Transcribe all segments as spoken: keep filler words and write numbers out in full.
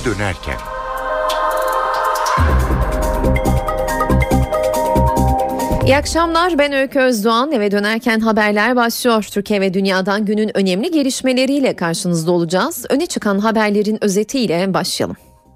dönerken. İyi akşamlar, ben Öykü Özdoğan. Eve dönerken haberler başlıyor. Türkiye ve dünyadan günün önemli gelişmeleriyle karşınızda olacağız. Öne çıkan haberlerin özetiyle başlayalım.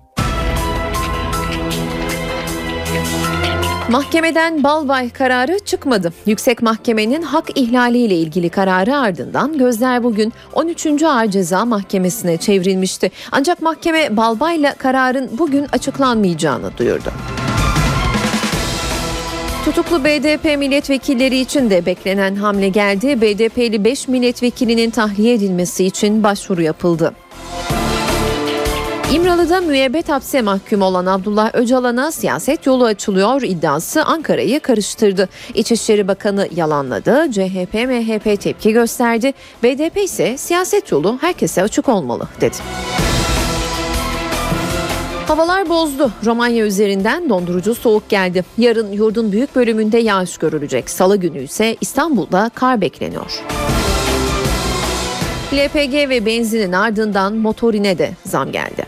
Mahkemeden Balbay kararı çıkmadı. Yüksek Mahkemenin hak ihlaliyle ilgili kararı ardından gözler bugün on üçüncü Ağır Ceza Mahkemesi'ne çevrilmişti. Ancak mahkeme Balbay'la kararın bugün açıklanmayacağını duyurdu. Tutuklu B D P milletvekilleri için de beklenen hamle geldi. B D P'li beş milletvekilinin tahliye edilmesi için başvuru yapıldı. İmralı'da müebbet hapse mahkum olan Abdullah Öcalan'a siyaset yolu açılıyor iddiası Ankara'yı karıştırdı. İçişleri Bakanı yalanladı, C H P M H P tepki gösterdi. B D P ise siyaset yolu herkese açık olmalı dedi. Havalar bozdu. Romanya üzerinden dondurucu soğuk geldi. Yarın yurdun büyük bölümünde yağış görülecek. Salı günü ise İstanbul'da kar bekleniyor. L P G ve benzinin ardından motorine de zam geldi.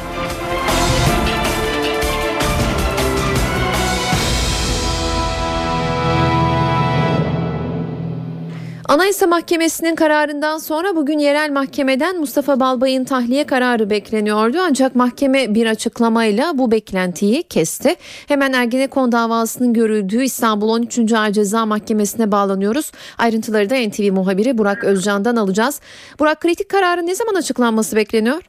Anayasa Mahkemesi'nin kararından sonra bugün yerel mahkemeden Mustafa Balbay'ın tahliye kararı bekleniyordu. Ancak mahkeme bir açıklamayla bu beklentiyi kesti. Hemen Ergenekon davasının görüldüğü İstanbul on üçüncü Ağır Ceza Mahkemesi'ne bağlanıyoruz. Ayrıntıları da N T V muhabiri Burak Özcan'dan alacağız. Burak, kritik kararın ne zaman açıklanması bekleniyor?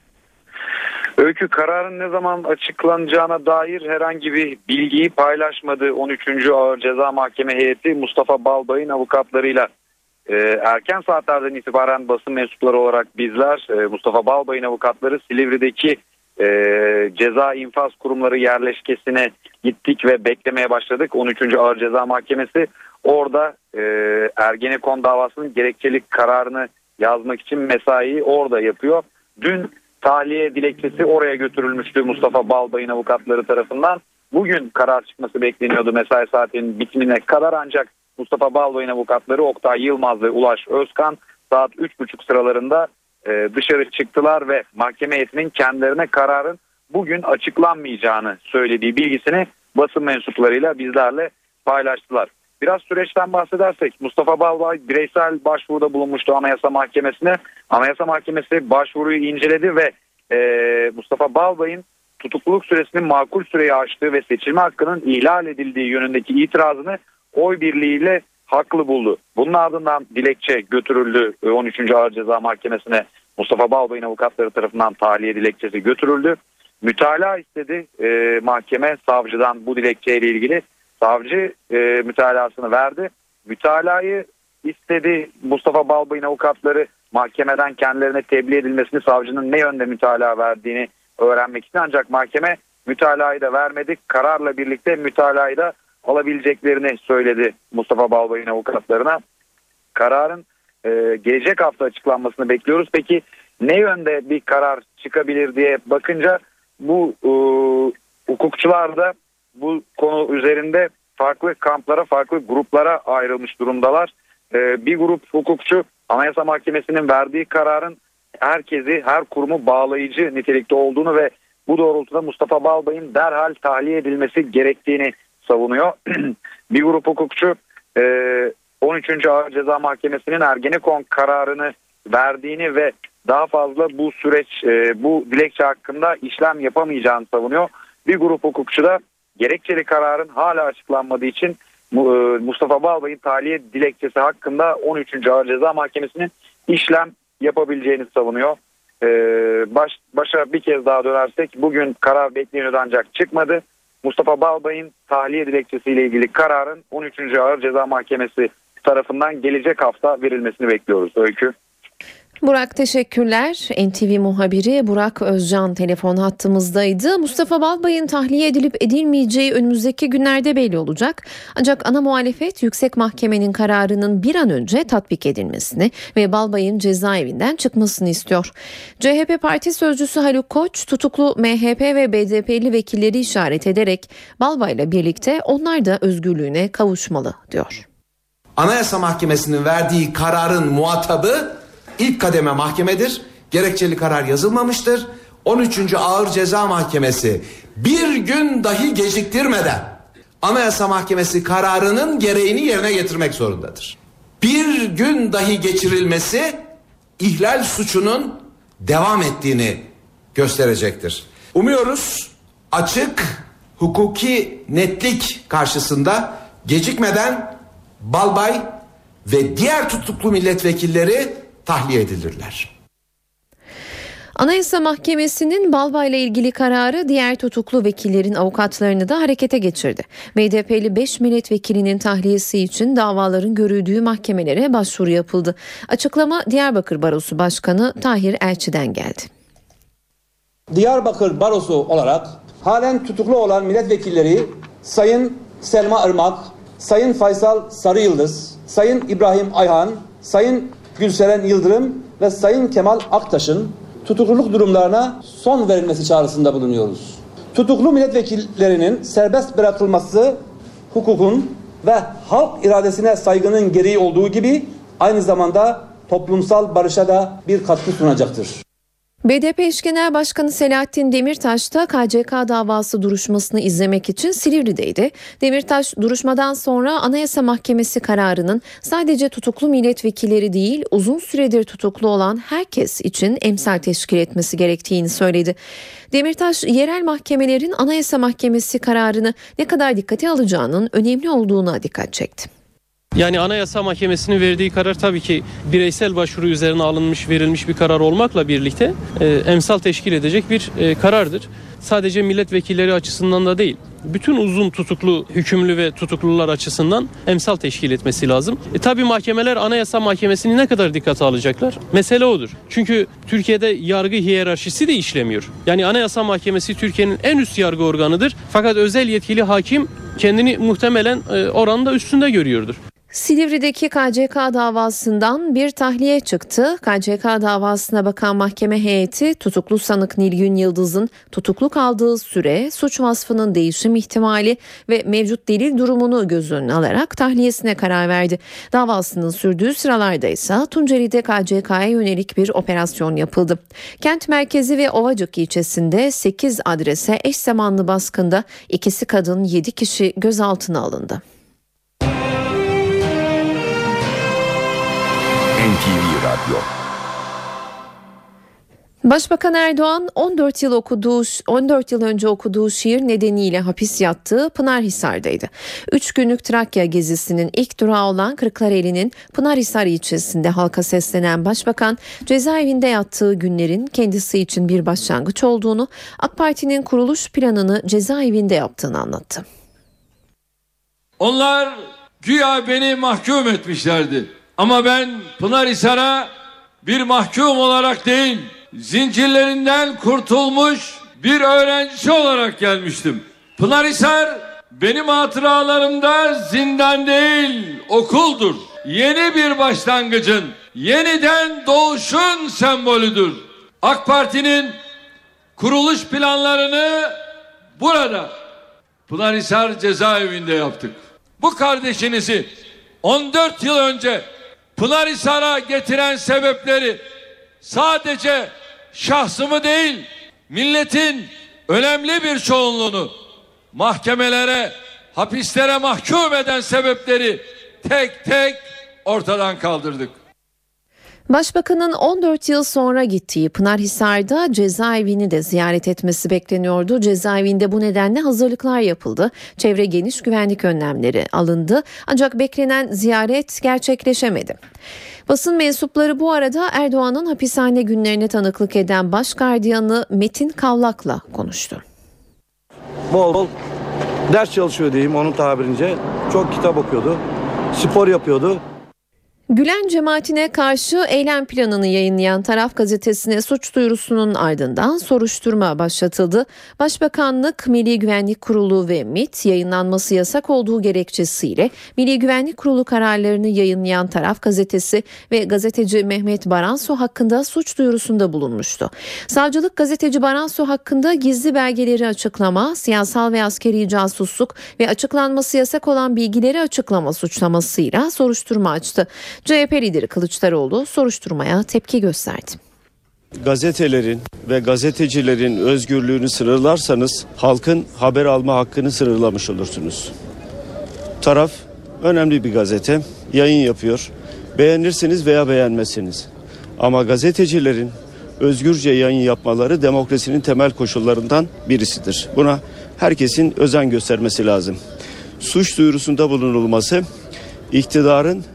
Öykü, kararın ne zaman açıklanacağına dair herhangi bir bilgiyi paylaşmadı. on üçüncü Ağır Ceza Mahkeme heyeti Mustafa Balbay'ın avukatlarıyla. Ee, erken saatlerden itibaren basın mensupları olarak bizler e, Mustafa Balbay'ın avukatları Silivri'deki e, ceza infaz kurumları yerleşkesine gittik ve beklemeye başladık. on üçüncü Ağır Ceza Mahkemesi orada e, Ergenekon davasının gerekçelik kararını yazmak için mesaiyi orada yapıyor. Dün tahliye dilekçesi oraya götürülmüştü Mustafa Balbay'ın avukatları tarafından. Bugün karar çıkması bekleniyordu mesai saatinin bitimine kadar, ancak Mustafa Balbay'ın avukatları Oktay Yılmaz ve Ulaş Özkan saat üç buçuk sıralarında e, dışarı çıktılar ve mahkeme heyetinin kendilerine kararın bugün açıklanmayacağını söylediği bilgisini basın mensuplarıyla bizlerle paylaştılar. Biraz süreçten bahsedersek, Mustafa Balbay bireysel başvuruda bulunmuştu Anayasa Mahkemesi'ne. Anayasa Mahkemesi başvuruyu inceledi ve e, Mustafa Balbay'ın tutukluluk süresinin makul süreyi aştığı ve seçilme hakkının ihlal edildiği yönündeki itirazını oy birliğiyle haklı buldu. Bunun ardından dilekçe götürüldü on üçüncü Ağır Ceza Mahkemesi'ne. Mustafa Balbay'ın avukatları tarafından tahliye dilekçesi götürüldü. Mütalaa istedi e, mahkeme savcıdan bu dilekçeyle ilgili. Savcı e, mütalasını verdi. Mütalayı istedi Mustafa Balbay'ın avukatları, mahkemeden kendilerine tebliğ edilmesini, savcının ne yönde mütalaa verdiğini öğrenmek için, ancak mahkeme mütalayı da vermedi. Kararla birlikte mütalayı da alabileceklerini söyledi Mustafa Balbay'ın avukatlarına. Kararın e, gelecek hafta açıklanmasını bekliyoruz. Peki ne yönde bir karar çıkabilir diye bakınca bu e, hukukçular da bu konu üzerinde farklı kamplara, farklı gruplara ayrılmış durumdalar. E, bir grup hukukçu Anayasa Mahkemesi'nin verdiği kararın herkesi, her kurumu bağlayıcı nitelikte olduğunu ve bu doğrultuda Mustafa Balbay'ın derhal tahliye edilmesi gerektiğini savunuyor. Bir grup hukukçu on üçüncü Ağır Ceza Mahkemesi'nin Ergenekon kararını verdiğini ve daha fazla bu süreç, bu dilekçe hakkında işlem yapamayacağını savunuyor. Bir grup hukukçu da gerekçeli kararın hala açıklanmadığı için Mustafa Balbay'ın tahliye dilekçesi hakkında on üçüncü Ağır Ceza Mahkemesi'nin işlem yapabileceğini savunuyor. Baş, başa bir kez daha dönersek, bugün karar bekleniyordu ancak çıkmadı. Mustafa Balbay'ın tahliye dilekçesiyle ilgili kararın on üçüncü Ağır Ceza Mahkemesi tarafından gelecek hafta verilmesini bekliyoruz. Öykü. Burak, teşekkürler. N T V muhabiri Burak Özcan telefon hattımızdaydı. Mustafa Balbay'ın tahliye edilip edilmeyeceği önümüzdeki günlerde belli olacak. Ancak ana muhalefet Yüksek Mahkemenin kararının bir an önce tatbik edilmesini ve Balbay'ın cezaevinden çıkmasını istiyor. C H P Parti Sözcüsü Haluk Koç, tutuklu M H P ve B D P'li vekilleri işaret ederek Balbay'la birlikte onlar da özgürlüğüne kavuşmalı diyor. Anayasa Mahkemesi'nin verdiği kararın muhatabı İlk kademe mahkemedir. Gerekçeli karar yazılmamıştır. on üçüncü Ağır Ceza Mahkemesi bir gün dahi geciktirmeden Anayasa Mahkemesi kararının gereğini yerine getirmek zorundadır. Bir gün dahi geçirilmesi ihlal suçunun devam ettiğini gösterecektir. Umuyoruz açık, hukuki netlik karşısında gecikmeden Balbay ve diğer tutuklu milletvekilleri tahliye edilirler. Anayasa Mahkemesi'nin Balbay'la ilgili kararı diğer tutuklu vekillerin avukatlarını da harekete geçirdi. B D P'li beş milletvekilinin tahliyesi için davaların görüldüğü mahkemelere başvuru yapıldı. Açıklama Diyarbakır Barosu Başkanı Tahir Elçi'den geldi. Diyarbakır Barosu olarak halen tutuklu olan milletvekilleri Sayın Selma Irmak, Sayın Faysal Sarıyıldız, Sayın İbrahim Ayhan, Sayın Gülseren Yıldırım ve Sayın Kemal Aktaş'ın tutukluluk durumlarına son verilmesi çağrısında bulunuyoruz. Tutuklu milletvekillerinin serbest bırakılması hukukun ve halk iradesine saygının gereği olduğu gibi aynı zamanda toplumsal barışa da bir katkı sunacaktır. B D P eş genel başkanı Selahattin Demirtaş da K C K davası duruşmasını izlemek için Silivri'deydi. Demirtaş duruşmadan sonra Anayasa Mahkemesi kararının sadece tutuklu milletvekilleri değil uzun süredir tutuklu olan herkes için emsal teşkil etmesi gerektiğini söyledi. Demirtaş yerel mahkemelerin Anayasa Mahkemesi kararını ne kadar dikkate alacağının önemli olduğuna dikkat çekti. Yani Anayasa Mahkemesi'nin verdiği karar tabii ki bireysel başvuru üzerine alınmış, verilmiş bir karar olmakla birlikte e, emsal teşkil edecek bir e, karardır. Sadece milletvekilleri açısından da değil, bütün uzun tutuklu, hükümlü ve tutuklular açısından emsal teşkil etmesi lazım. E, tabii mahkemeler Anayasa Mahkemesi'ni ne kadar dikkate alacaklar? Mesele odur. Çünkü Türkiye'de yargı hiyerarşisi de işlemiyor. Yani Anayasa Mahkemesi Türkiye'nin en üst yargı organıdır. Fakat özel yetkili hakim kendini muhtemelen e, oranında üstünde görüyordur. Silivri'deki K C K davasından bir tahliye çıktı. K C K davasına bakan mahkeme heyeti tutuklu sanık Nilgün Yıldız'ın tutuklu kaldığı süre, suç vasfının değişim ihtimali ve mevcut delil durumunu göz önüne alarak tahliyesine karar verdi. Davasının sürdüğü sıralarda ise Tunceli'de K C K'ya yönelik bir operasyon yapıldı. Kent merkezi ve Ovacık ilçesinde sekiz adrese eş zamanlı baskında ikisi kadın yedi kişi gözaltına alındı. N T V Radyo. Başbakan Erdoğan on dört yıl okuduğu on dört yıl önce okuduğu şiir nedeniyle hapis yattığı Pınarhisar'daydı. üç günlük Trakya gezisinin ilk durağı olan Kırklareli'nin Pınarhisar ilçesinde halka seslenen Başbakan, cezaevinde yattığı günlerin kendisi için bir başlangıç olduğunu, AK Parti'nin kuruluş planını cezaevinde yaptığını anlattı. Onlar güya beni mahkum etmişlerdi. Ama ben Pınarhisar'a bir mahkum olarak değil, zincirlerinden kurtulmuş bir öğrencisi olarak gelmiştim. Pınarhisar benim hatıralarımda zindan değil, okuldur. Yeni bir başlangıcın, yeniden doğuşun sembolüdür. AK Parti'nin kuruluş planlarını burada Pınarhisar cezaevinde yaptık. Bu kardeşinizi on dört yıl önce Pınarhisar'a getiren sebepleri sadece şahsımı değil, milletin önemli bir çoğunluğunu mahkemelere, hapislere mahkum eden sebepleri tek tek ortadan kaldırdık. Başbakanın on dört yıl sonra gittiği Pınarhisar'da cezaevini de ziyaret etmesi bekleniyordu. Cezaevinde bu nedenle hazırlıklar yapıldı. Çevre geniş güvenlik önlemleri alındı. Ancak beklenen ziyaret gerçekleşemedi. Basın mensupları bu arada Erdoğan'ın hapishane günlerine tanıklık eden başgardiyanı Metin Kavlak'la konuştu. Bol bol ders çalışıyor diyeyim onun tabirince. Çok kitap okuyordu. Spor yapıyordu. Gülen cemaatine karşı eylem planını yayınlayan Taraf gazetesine suç duyurusunun ardından soruşturma başlatıldı. Başbakanlık, Milli Güvenlik Kurulu ve M İ T yayınlanması yasak olduğu gerekçesiyle Milli Güvenlik Kurulu kararlarını yayınlayan Taraf gazetesi ve gazeteci Mehmet Baransu hakkında suç duyurusunda bulunmuştu. Savcılık gazeteci Baransu hakkında gizli belgeleri açıklama, siyasal ve askeri casusluk ve açıklanması yasak olan bilgileri açıklama suçlamasıyla soruşturma açtı. C H P lideri Kılıçdaroğlu soruşturmaya tepki gösterdi. Gazetelerin ve gazetecilerin özgürlüğünü sınırlarsanız halkın haber alma hakkını sınırlamış olursunuz. Taraf önemli bir gazete, yayın yapıyor. Beğenirsiniz veya beğenmezsiniz. Ama gazetecilerin özgürce yayın yapmaları demokrasinin temel koşullarından birisidir. Buna herkesin özen göstermesi lazım. Suç duyurusunda bulunulması, iktidarın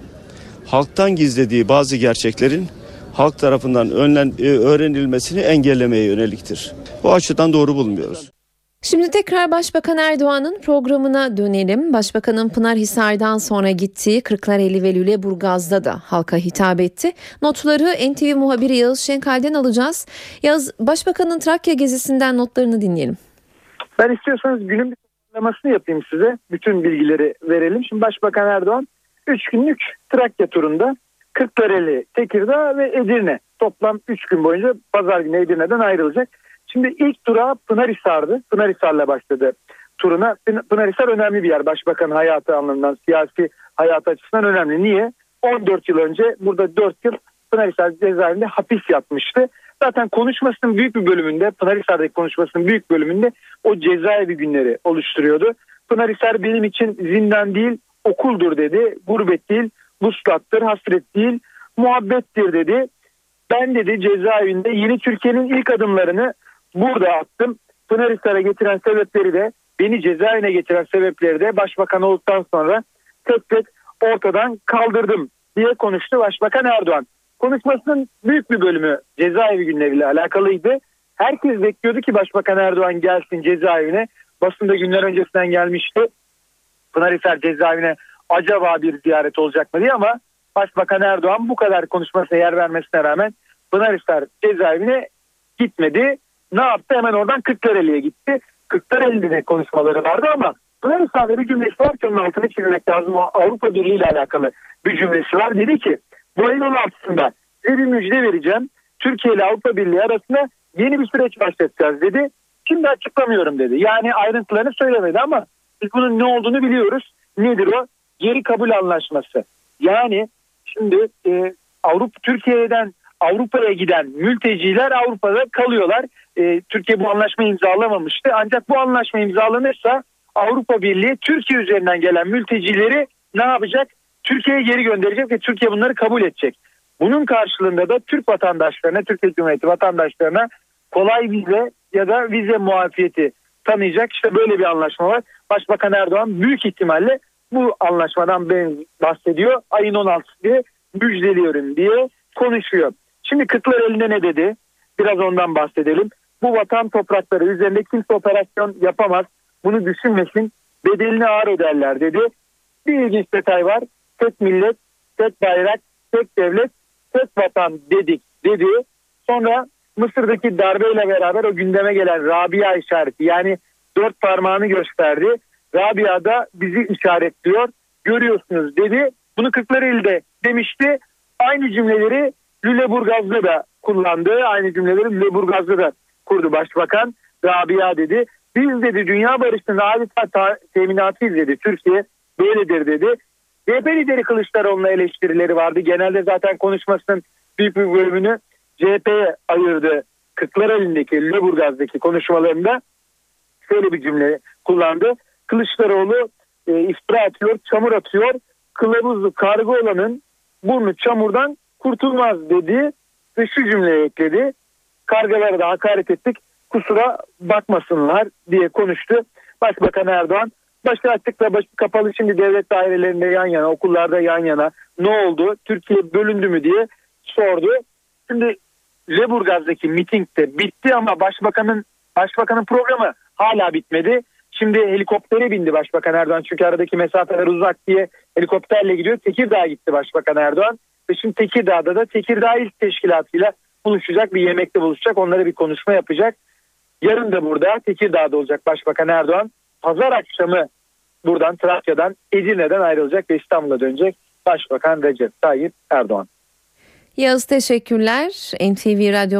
halktan gizlediği bazı gerçeklerin halk tarafından önlen, öğrenilmesini engellemeye yöneliktir. Bu açıdan doğru bulmuyoruz. Şimdi tekrar Başbakan Erdoğan'ın programına dönelim. Başbakanın Pınarhisar'dan sonra gittiği Kırklareli ve Lüleburgaz'da da halka hitap etti. Notları N T V muhabiri Yağız Şenkal'den alacağız. Yağız, Başbakanın Trakya gezisinden notlarını dinleyelim. Ben istiyorsanız günün bir sıralamasını yapayım size. Bütün bilgileri verelim. Şimdi Başbakan Erdoğan üç günlük Trakya turunda Kırklareli, Tekirdağ ve Edirne. Toplam üç gün boyunca pazar günü Edirne'den ayrılacak. Şimdi ilk durağı Pınarhisar'dı. Pınarhisar'la başladı turuna. Pınarhisar önemli bir yer. Başbakan hayatı anlamından, siyasi hayatı açısından önemli. Niye? on dört yıl önce burada dört yıl Pınarhisar cezaevinde hapis yatmıştı. Zaten konuşmasının büyük bir bölümünde, Pınarhisar'daki konuşmasının büyük bölümünde o cezaevi günleri oluşturuyordu. Pınarhisar benim için zindan değil, okuldur dedi. Gurbet değil, vuslattır, hasret değil, muhabbettir dedi. Ben dedi cezaevinde yeni Türkiye'nin ilk adımlarını burada attım. Pınarhisar'a getiren sebepleri de, beni cezaevine getiren sebepleri de başbakan olduktan sonra tek tek ortadan kaldırdım diye konuştu Başbakan Erdoğan. Konuşmasının büyük bir bölümü cezaevi günleriyle alakalıydı. Herkes bekliyordu ki Başbakan Erdoğan gelsin cezaevine. Basında günler öncesinden gelmişti. Pınarhisar cezaevine acaba bir ziyaret olacak mı diye, ama Başbakan Erdoğan bu kadar konuşmasına yer vermesine rağmen Pınarhisar cezaevine gitmedi. Ne yaptı? Hemen oradan Kırklareli'ye gitti. Kırklareli'de de konuşmaları vardı ama Pınarhisar'da bir cümlesi var ki onun altını çizmek lazım. O Avrupa Birliği ile alakalı bir cümlesi var. Dedi ki bu ayın on altısında size bir müjde vereceğim. Türkiye ile Avrupa Birliği arasında yeni bir süreç başlatacağız dedi. Şimdi açıklamıyorum dedi. Yani ayrıntılarını söylemedi ama biz bunun ne olduğunu biliyoruz. Nedir o? Geri kabul anlaşması. Yani şimdi e, Avrupa Türkiye'den Avrupa'ya giden mülteciler Avrupa'da kalıyorlar. E, Türkiye bu anlaşmayı imzalamamıştı. Ancak bu anlaşma imzalanırsa Avrupa Birliği Türkiye üzerinden gelen mültecileri ne yapacak? Türkiye'ye geri gönderecek ve Türkiye bunları kabul edecek. Bunun karşılığında da Türk vatandaşlarına, Türkiye Cumhuriyeti vatandaşlarına kolay vize ya da vize muafiyeti tanıyacak. İşte böyle bir anlaşma var. Başbakan Erdoğan büyük ihtimalle bu anlaşmadan ben bahsediyor. Ayın on altısı diye müjdeliyorum diye konuşuyor. Şimdi Kırklareli'nde ne dedi? Biraz ondan bahsedelim. Bu vatan toprakları üzerinde kimse operasyon yapamaz. Bunu düşünmesin. Bedelini ağır öderler dedi. Bir ilginç detay var. Tek millet, tek bayrak, tek devlet, tek vatan dedik dedi. Sonra Mısır'daki darbeyle beraber o gündeme gelen Rabia işareti, yani dört parmağını gösterdi. Rabia da bizi işaretliyor. Görüyorsunuz dedi. Bunu Kırklareli'de demişti. Aynı cümleleri Lüleburgaz'da da kullandı. Aynı cümleleri Lüleburgaz'da da kurdu Başbakan. Rabia dedi. Biz dedi dünya barışının adeta teminatıyız dedi. Türkiye böyledir dedi. C H P lideri Kılıçdaroğlu'na eleştirileri vardı. Genelde zaten konuşmasının büyük bir bölümünü C H P'ye ayırdı. Kırklareli'ndeki, Lüleburgaz'daki konuşmalarında şöyle bir cümle kullandı. Kılıçdaroğlu e, iftira atıyor, çamur atıyor. Kılavuzlu karga olanın burnu çamurdan kurtulmaz dedi ve şu cümleyi ekledi. Kargalara da hakaret ettik, kusura bakmasınlar diye konuştu Başbakan Erdoğan. Başı açıkla başı kapalı, şimdi devlet dairelerinde yan yana, okullarda yan yana ne oldu, Türkiye bölündü mü diye sordu. Şimdi Lüleburgaz'daki miting de bitti ama başbakanın başbakanın programı hala bitmedi. Şimdi helikoptere bindi Başbakan Erdoğan, çünkü aradaki mesafeler uzak diye helikopterle gidiyor. Tekirdağ'a gitti Başbakan Erdoğan ve şimdi Tekirdağ'da da Tekirdağ İl Teşkilatı'yla buluşacak, bir yemekte buluşacak, onlara bir konuşma yapacak. Yarın da burada Tekirdağ'da olacak Başbakan Erdoğan. Pazar akşamı buradan Trakya'dan, Edirne'den ayrılacak ve İstanbul'a dönecek Başbakan Recep Tayyip Erdoğan. Yağız teşekkürler. N T V Radyo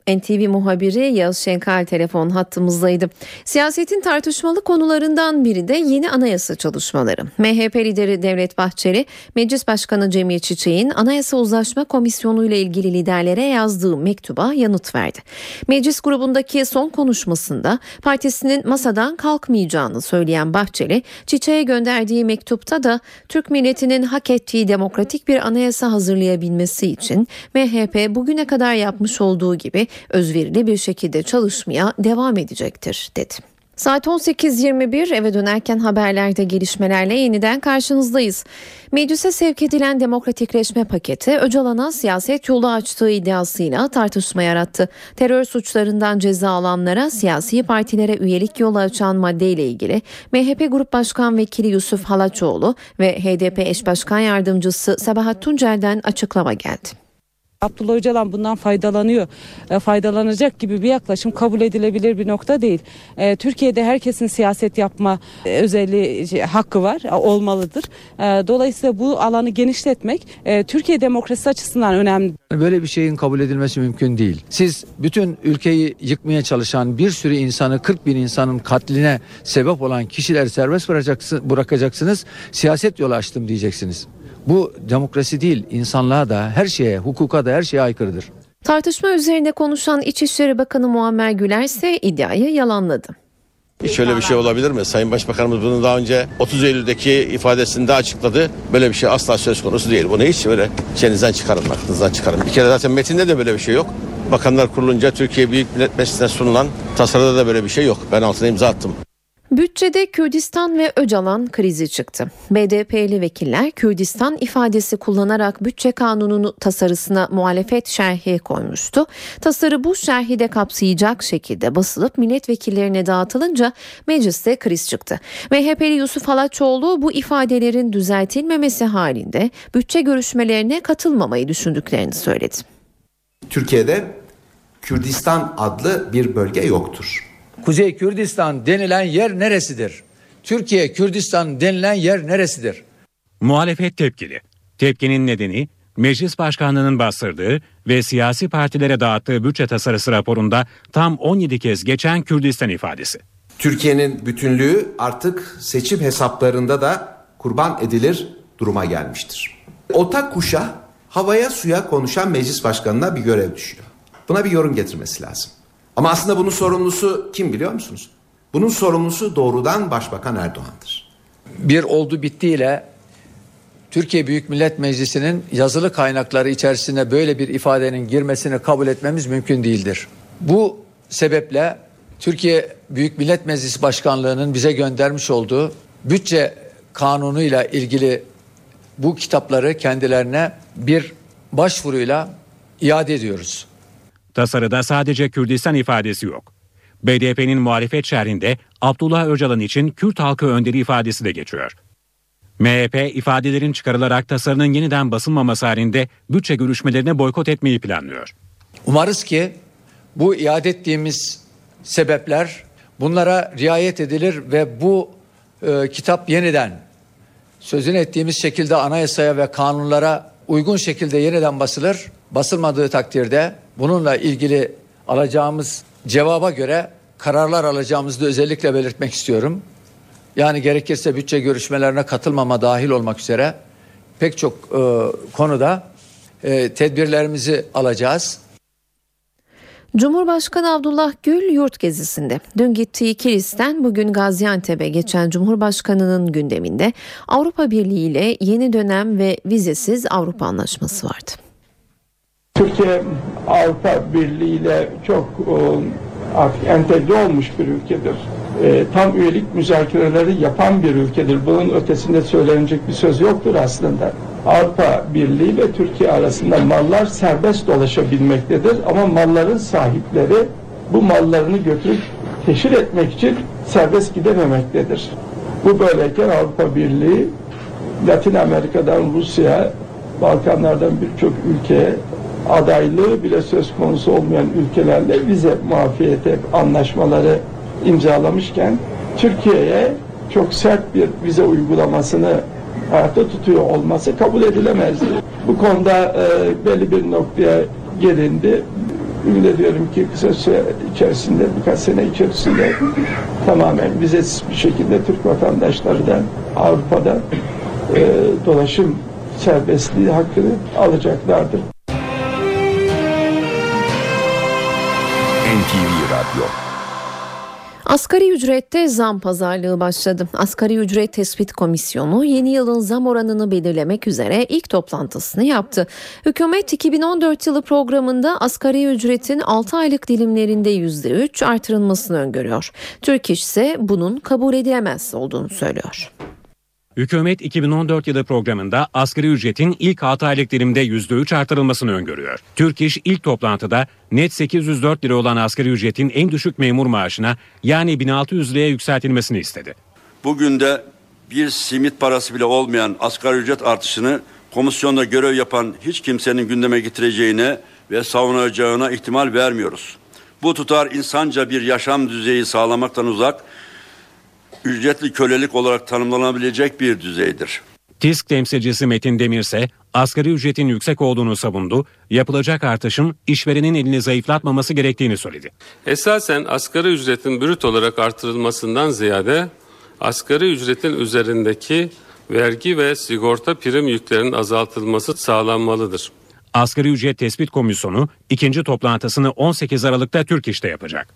N T V muhabiri Yağız Şenkal telefon hattımızdaydı. Siyasetin tartışmalı konularından biri de yeni anayasa çalışmaları. M H P lideri Devlet Bahçeli, Meclis Başkanı Cemil Çiçek'in Anayasa Uzlaşma Komisyonu ile ilgili liderlere yazdığı mektuba yanıt verdi. Meclis grubundaki son konuşmasında partisinin masadan kalkmayacağını söyleyen Bahçeli, Çiçek'e gönderdiği mektupta da Türk milletinin hak ettiği demokratik bir anayasa hazırlayabilmesi için M H P bugüne kadar yapmış olduğu gibi özverili bir şekilde çalışmaya devam edecektir dedi. Saat on sekiz yirmi bir, eve dönerken haberlerde gelişmelerle yeniden karşınızdayız. Meclise sevk edilen demokratikleşme paketi Öcalan'a siyaset yolu açtığı iddiasıyla tartışma yarattı. Terör suçlarından ceza alanlara siyasi partilere üyelik yolu açan maddeyle ilgili M H P Grup Başkan Vekili Yusuf Halaçoğlu ve H D P eş başkan yardımcısı Sabahat Tuncer'den açıklama geldi. Abdullah Öcalan bundan faydalanıyor, e, faydalanacak gibi bir yaklaşım kabul edilebilir bir nokta değil. E, Türkiye'de herkesin siyaset yapma e, özelliği, şey, hakkı var, e, olmalıdır. E, dolayısıyla bu alanı genişletmek e, Türkiye demokrasisi açısından önemli. Böyle bir şeyin kabul edilmesi mümkün değil. Siz bütün ülkeyi yıkmaya çalışan bir sürü insanı, kırk bin insanın katline sebep olan kişileri serbest bırakacaksınız, siyaset yolu açtım diyeceksiniz. Bu demokrasi değil, insanlığa da, her şeye, hukuka da, her şeye aykırıdır. Tartışma üzerine konuşan İçişleri Bakanı Muammer Güler ise iddiayı yalanladı. Hiç öyle bir şey olabilir mi? Sayın Başbakanımız bunu daha önce otuz Eylül'deki ifadesinde açıkladı. Böyle bir şey asla söz konusu değil. Bunu hiç böyle içinizden çıkarın, aklınızdan çıkarın. Bir kere zaten metinde de böyle bir şey yok. Bakanlar Kurulunca Türkiye Büyük Millet Meclisi'ne sunulan tasarıda da böyle bir şey yok. Ben altına imza attım. Bütçede Kürdistan ve Öcalan krizi çıktı. B D P'li vekiller Kürdistan ifadesi kullanarak bütçe kanununu tasarısına muhalefet şerhi koymuştu. Tasarı bu şerhi de kapsayacak şekilde basılıp milletvekillerine dağıtılınca mecliste kriz çıktı. M H P'li Yusuf Halaçoğlu bu ifadelerin düzeltilmemesi halinde bütçe görüşmelerine katılmamayı düşündüklerini söyledi. Türkiye'de Kürdistan adlı bir bölge yoktur. Kuzey Kürdistan denilen yer neresidir? Türkiye Kürdistan denilen yer neresidir? Muhalefet tepkili. Tepkinin nedeni Meclis Başkanlığı'nın bastırdığı ve siyasi partilere dağıttığı bütçe tasarısı raporunda tam on yedi kez geçen Kürdistan ifadesi. Türkiye'nin bütünlüğü artık seçim hesaplarında da kurban edilir duruma gelmiştir. Ortak kuşa havaya suya konuşan meclis başkanına bir görev düşüyor. Buna bir yorum getirmesi lazım. Ama aslında bunun sorumlusu kim biliyor musunuz? Bunun sorumlusu doğrudan Başbakan Erdoğan'dır. Bir oldu bittiyle Türkiye Büyük Millet Meclisi'nin yazılı kaynakları içerisine böyle bir ifadenin girmesini kabul etmemiz mümkün değildir. Bu sebeple Türkiye Büyük Millet Meclisi Başkanlığı'nın bize göndermiş olduğu bütçe kanunuyla ilgili bu kitapları kendilerine bir başvuruyla iade ediyoruz. Tasarıda sadece Kürdistan ifadesi yok. B D P'nin muhalefet şerhinde Abdullah Öcalan için Kürt halkı önderi ifadesi de geçiyor. M H P ifadelerin çıkarılarak tasarının yeniden basılmaması halinde bütçe görüşmelerine boykot etmeyi planlıyor. Umarız ki bu iade ettiğimiz sebepler bunlara riayet edilir ve bu e, kitap yeniden sözünü ettiğimiz şekilde anayasaya ve kanunlara uygun şekilde yeniden basılır. Basılmadığı takdirde bununla ilgili alacağımız cevaba göre kararlar alacağımızı da özellikle belirtmek istiyorum. Yani gerekirse bütçe görüşmelerine katılmama dahil olmak üzere pek çok e, konuda e, tedbirlerimizi alacağız. Cumhurbaşkanı Abdullah Gül yurt gezisinde. Dün gittiği Kilis'ten bugün Gaziantep'e geçen Cumhurbaşkanı'nın gündeminde Avrupa Birliği ile yeni dönem ve vizesiz Avrupa Anlaşması vardı. Türkiye Avrupa Birliği ile çok artık entegre olmuş bir ülkedir. E, tam üyelik müzakereleri yapan bir ülkedir. Bunun ötesinde söylenecek bir söz yoktur aslında. Avrupa Birliği ve Türkiye arasında mallar serbest dolaşabilmektedir ama malların sahipleri bu mallarını götürüp teşhir etmek için serbest gidememektedir. Bu böyleyken Avrupa Birliği Latin Amerika'dan Rusya, Balkanlardan birçok ülkeye adaylığı bile söz konusu olmayan ülkelerle vize muafiyeti anlaşmaları imzalamışken Türkiye'ye çok sert bir vize uygulamasını hayatta tutuyor olması kabul edilemezdi. Bu konuda e, belli bir noktaya gelindi. Ümit ediyorum ki kısa süre içerisinde, birkaç sene içerisinde tamamen vizesiz bir şekilde Türk vatandaşları da Avrupa'da e, dolaşım serbestliği hakkını alacaklardır. N T V Radyo. Asgari ücrette zam pazarlığı başladı. Asgari Ücret Tespit Komisyonu yeni yılın zam oranını belirlemek üzere ilk toplantısını yaptı. Hükümet iki bin on dört yılı programında asgari ücretin altı aylık dilimlerinde yüzde üç artırılmasını öngörüyor. Türk İş ise bunun kabul edilemez olduğunu söylüyor. Hükümet iki bin on dört yılı programında asgari ücretin ilk altı aylık dilimde yüzde üç artırılmasını öngörüyor. Türk İş ilk toplantıda net sekiz yüz dört lira olan asgari ücretin en düşük memur maaşına yani bin altı yüz liraya yükseltilmesini istedi. Bugün de bir simit parası bile olmayan asgari ücret artışını komisyonda görev yapan hiç kimsenin gündeme getireceğine ve savunacağına ihtimal vermiyoruz. Bu tutar insanca bir yaşam düzeyi sağlamaktan uzak, ücretli kölelik olarak tanımlanabilecek bir düzeydir. TİSK temsilcisi Metin Demir ise asgari ücretin yüksek olduğunu savundu, yapılacak artışın işverenin elini zayıflatmaması gerektiğini söyledi. Esasen asgari ücretin brüt olarak artırılmasından ziyade asgari ücretin üzerindeki vergi ve sigorta prim yüklerinin azaltılması sağlanmalıdır. Asgari Ücret Tespit Komisyonu ikinci toplantısını on sekiz Aralık'ta Türk İş'te yapacak.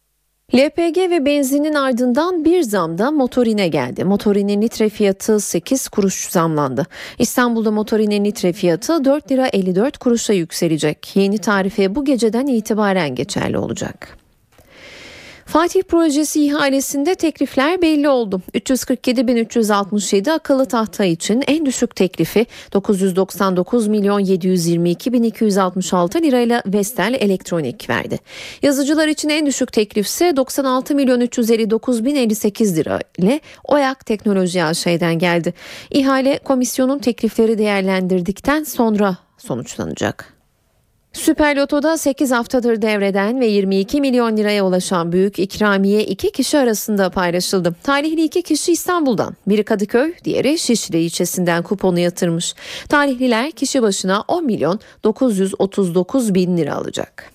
L P G ve benzinin ardından bir zam da motorine geldi. Motorinin litre fiyatı sekiz kuruş zamlandı. İstanbul'da motorinin litre fiyatı dört lira elli dört kuruşa yükselecek. Yeni tarife bu geceden itibaren geçerli olacak. Fatih Projesi ihalesinde teklifler belli oldu. üç yüz kırk yedi bin üç yüz altmış yedi akıllı tahta için en düşük teklifi dokuz yüz doksan dokuz milyon yedi yüz yirmi iki bin iki yüz altmış altı lirayla Vestel Elektronik verdi. Yazıcılar için en düşük teklif ise doksan altı milyon üç yüz elli dokuz bin elli sekiz lira ile Oyak Teknoloji A Ş'den geldi. İhale komisyonun teklifleri değerlendirdikten sonra sonuçlanacak. Süper Loto'da sekiz haftadır devreden ve yirmi iki milyon liraya ulaşan büyük ikramiye iki kişi arasında paylaşıldı. Talihli iki kişi İstanbul'dan, biri Kadıköy, diğeri Şişli ilçesinden kuponu yatırmış. Talihliler kişi başına on milyon dokuz yüz otuz dokuz bin lira alacak.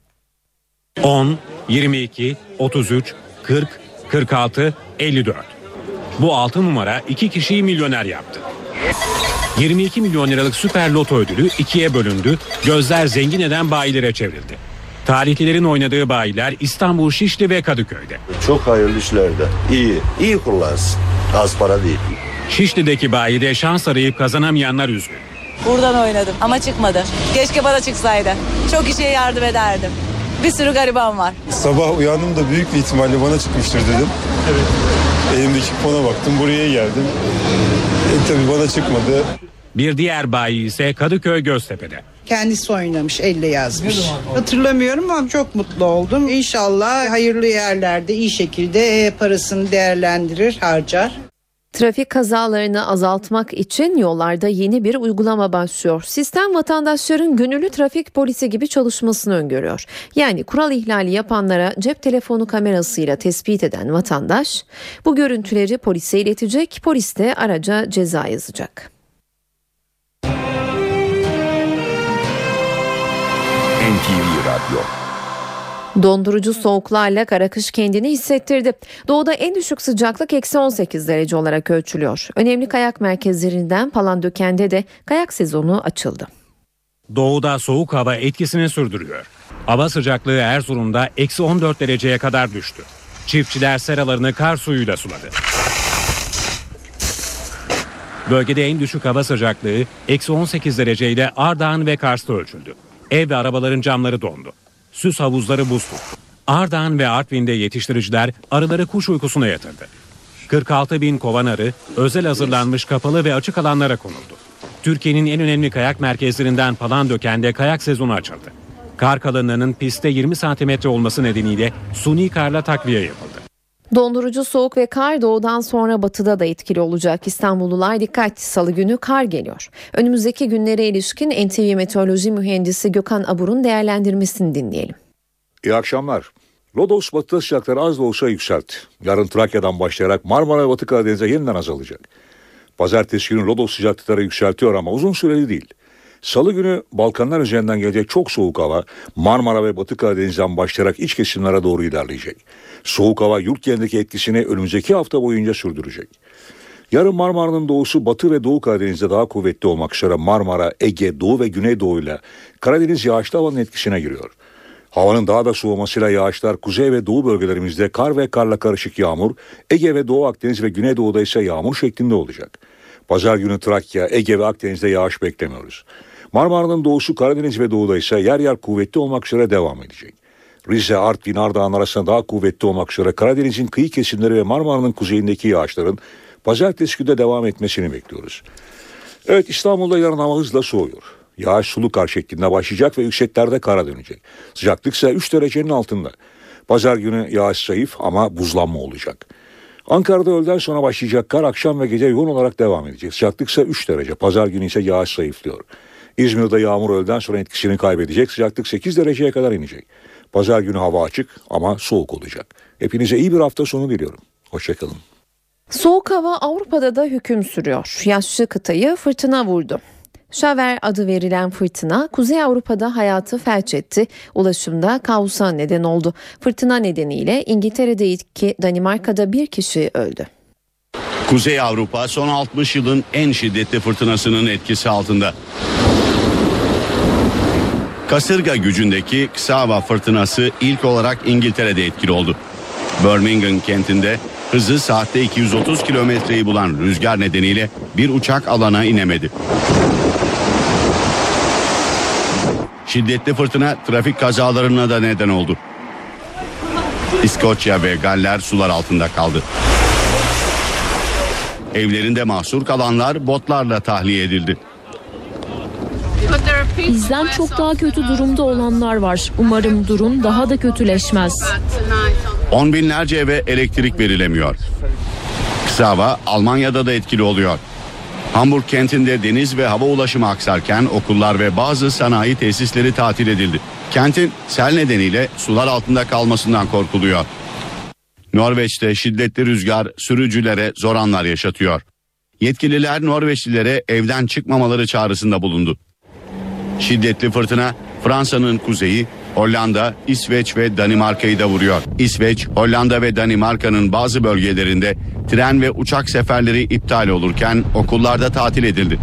on, yirmi iki, otuz üç, kırk, kırk altı, elli dört. Bu altı numara iki kişiyi milyoner yaptı. yirmi iki milyon liralık Süper Loto ödülü ikiye bölündü, gözler zengin eden bayilere çevrildi. Talihlilerin oynadığı bayiler İstanbul, Şişli ve Kadıköy'de. Çok hayırlı işlerde. İyi, iyi kullansın. Az para değil. Şişli'deki bayide şans arayıp kazanamayanlar üzgün. Buradan oynadım ama çıkmadı. Keşke bana çıksaydı. Çok işe yardım ederdim. Bir sürü gariban var. Sabah uyandım da büyük bir ihtimalle bana çıkmıştır dedim. Evet. Elimdeki kupona baktım, buraya geldim. E, tabii bana çıkmadı. Bir diğer bayi ise Kadıköy Göztepe'de. Kendisi oynamış, elle yazmış. Hatırlamıyorum ama çok mutlu oldum. İnşallah hayırlı yerlerde iyi şekilde parasını değerlendirir, harcar. Trafik kazalarını azaltmak için yollarda yeni bir uygulama başlıyor. Sistem vatandaşların gönüllü trafik polisi gibi çalışmasını öngörüyor. Yani kural ihlali yapanlara cep telefonu kamerasıyla tespit eden vatandaş bu görüntüleri polise iletecek, polis de araca ceza yazacak. N T V Radyo. Dondurucu soğuklarla kara kış kendini hissettirdi. Doğuda en düşük sıcaklık eksi on sekiz derece olarak ölçülüyor. Önemli kayak merkezlerinden Palandöken'de de kayak sezonu açıldı. Doğuda soğuk hava etkisini sürdürüyor. Hava sıcaklığı Erzurum'da eksi on dört dereceye kadar düştü. Çiftçiler seralarını kar suyuyla suladı. Bölgede en düşük hava sıcaklığı eksi on sekiz dereceyle Ardahan ve Kars'ta ölçüldü. Ev ve arabaların camları dondu. Süs havuzları buz tuttu. Ardahan ve Artvin'de yetiştiriciler arıları kuş uykusuna yatırdı. kırk altı bin kovan arı özel hazırlanmış kapalı ve açık alanlara konuldu. Türkiye'nin en önemli kayak merkezlerinden Palandöken'de kayak sezonu açıldı. Kar kalınlığının pistte yirmi santimetre olması nedeniyle suni karla takviye yapıldı. Dondurucu soğuk ve kar doğudan sonra batıda da etkili olacak. İstanbullular dikkat, salı günü kar geliyor. Önümüzdeki günlere ilişkin N T V Meteoroloji Mühendisi Gökhan Abur'un değerlendirmesini dinleyelim. İyi akşamlar. Lodos batıda sıcakları az da olsa yükseltti. Yarın Trakya'dan başlayarak Marmara ve Batı Karadeniz'e yeniden azalacak. Pazartesi günü Lodos sıcaklıkları yükseltiyor ama uzun süreli değil. Salı günü Balkanlar üzerinden gelecek çok soğuk hava Marmara ve Batı Karadeniz'den başlayarak iç kesimlere doğru ilerleyecek. Soğuk hava yurt genelindeki etkisini önümüzdeki hafta boyunca sürdürecek. Yarın Marmara'nın doğusu, Batı ve Doğu Karadeniz'de daha kuvvetli olmak üzere Marmara, Ege, Doğu ve Güneydoğu ile Karadeniz yağışlı havanın etkisine giriyor. Havanın daha da soğumasıyla yağışlar kuzey ve doğu bölgelerimizde kar ve karla karışık yağmur, Ege ve Doğu Akdeniz ve Güneydoğu'da ise yağmur şeklinde olacak. Pazar günü Trakya, Ege ve Akdeniz'de yağış beklemiyoruz. Marmara'nın doğusu, Karadeniz ve Doğu'da ise yer yer kuvvetli olmak üzere devam edecek. Rize, Artvin, Ardahan arasında daha kuvvetli olmak üzere Karadeniz'in kıyı kesimleri ve Marmara'nın kuzeyindeki yağışların pazartesi günü de devam etmesini bekliyoruz. Evet, İstanbul'da yarın hava hızla soğuyor. Yağış sulu kar şeklinde başlayacak ve yükseklerde kara dönecek. Sıcaklık ise üç derecenin altında. Pazar günü yağış zayıf ama buzlanma olacak. Ankara'da öğleden sonra başlayacak kar akşam ve gece yoğun olarak devam edecek. Sıcaklık ise üç derece. Pazar günü ise yağış zayıflıyor. İzmir'de yağmur öğleden sonra etkisini kaybedecek. Sıcaklık sekiz dereceye kadar inecek. Pazar günü hava açık ama soğuk olacak. Hepinize iyi bir hafta sonu diliyorum. Hoşçakalın. Soğuk hava Avrupa'da da hüküm sürüyor. Yaşlı kıtayı fırtına vurdu. Şaver adı verilen fırtına Kuzey Avrupa'da hayatı felç etti. Ulaşımda kaosa neden oldu. Fırtına nedeniyle İngiltere'de iki, Danimarka'da bir kişi öldü. Kuzey Avrupa son altmış yılın en şiddetli fırtınasının etkisi altında. Kasırga gücündeki kısa hava fırtınası ilk olarak İngiltere'de etkili oldu. Birmingham kentinde hızı saatte iki yüz otuz kilometreyi bulan rüzgar nedeniyle bir uçak alana inemedi. Şiddetli fırtına trafik kazalarına da neden oldu. İskoçya ve Galler sular altında kaldı. Evlerinde mahsur kalanlar botlarla tahliye edildi. Bizden çok daha kötü durumda olanlar var. Umarım durum daha da kötüleşmez. On binlerce eve elektrik verilemiyor. Kısa hava Almanya'da da etkili oluyor. Hamburg kentinde deniz ve hava ulaşımı aksarken okullar ve bazı sanayi tesisleri tatil edildi. Kentin sel nedeniyle sular altında kalmasından korkuluyor. Norveç'te şiddetli rüzgar sürücülere zor anlar yaşatıyor. Yetkililer Norveçlilere evden çıkmamaları çağrısında bulundu. Şiddetli fırtına Fransa'nın kuzeyi, Hollanda, İsveç ve Danimarka'yı da vuruyor. İsveç, Hollanda ve Danimarka'nın bazı bölgelerinde tren ve uçak seferleri iptal olurken okullarda tatil edildi.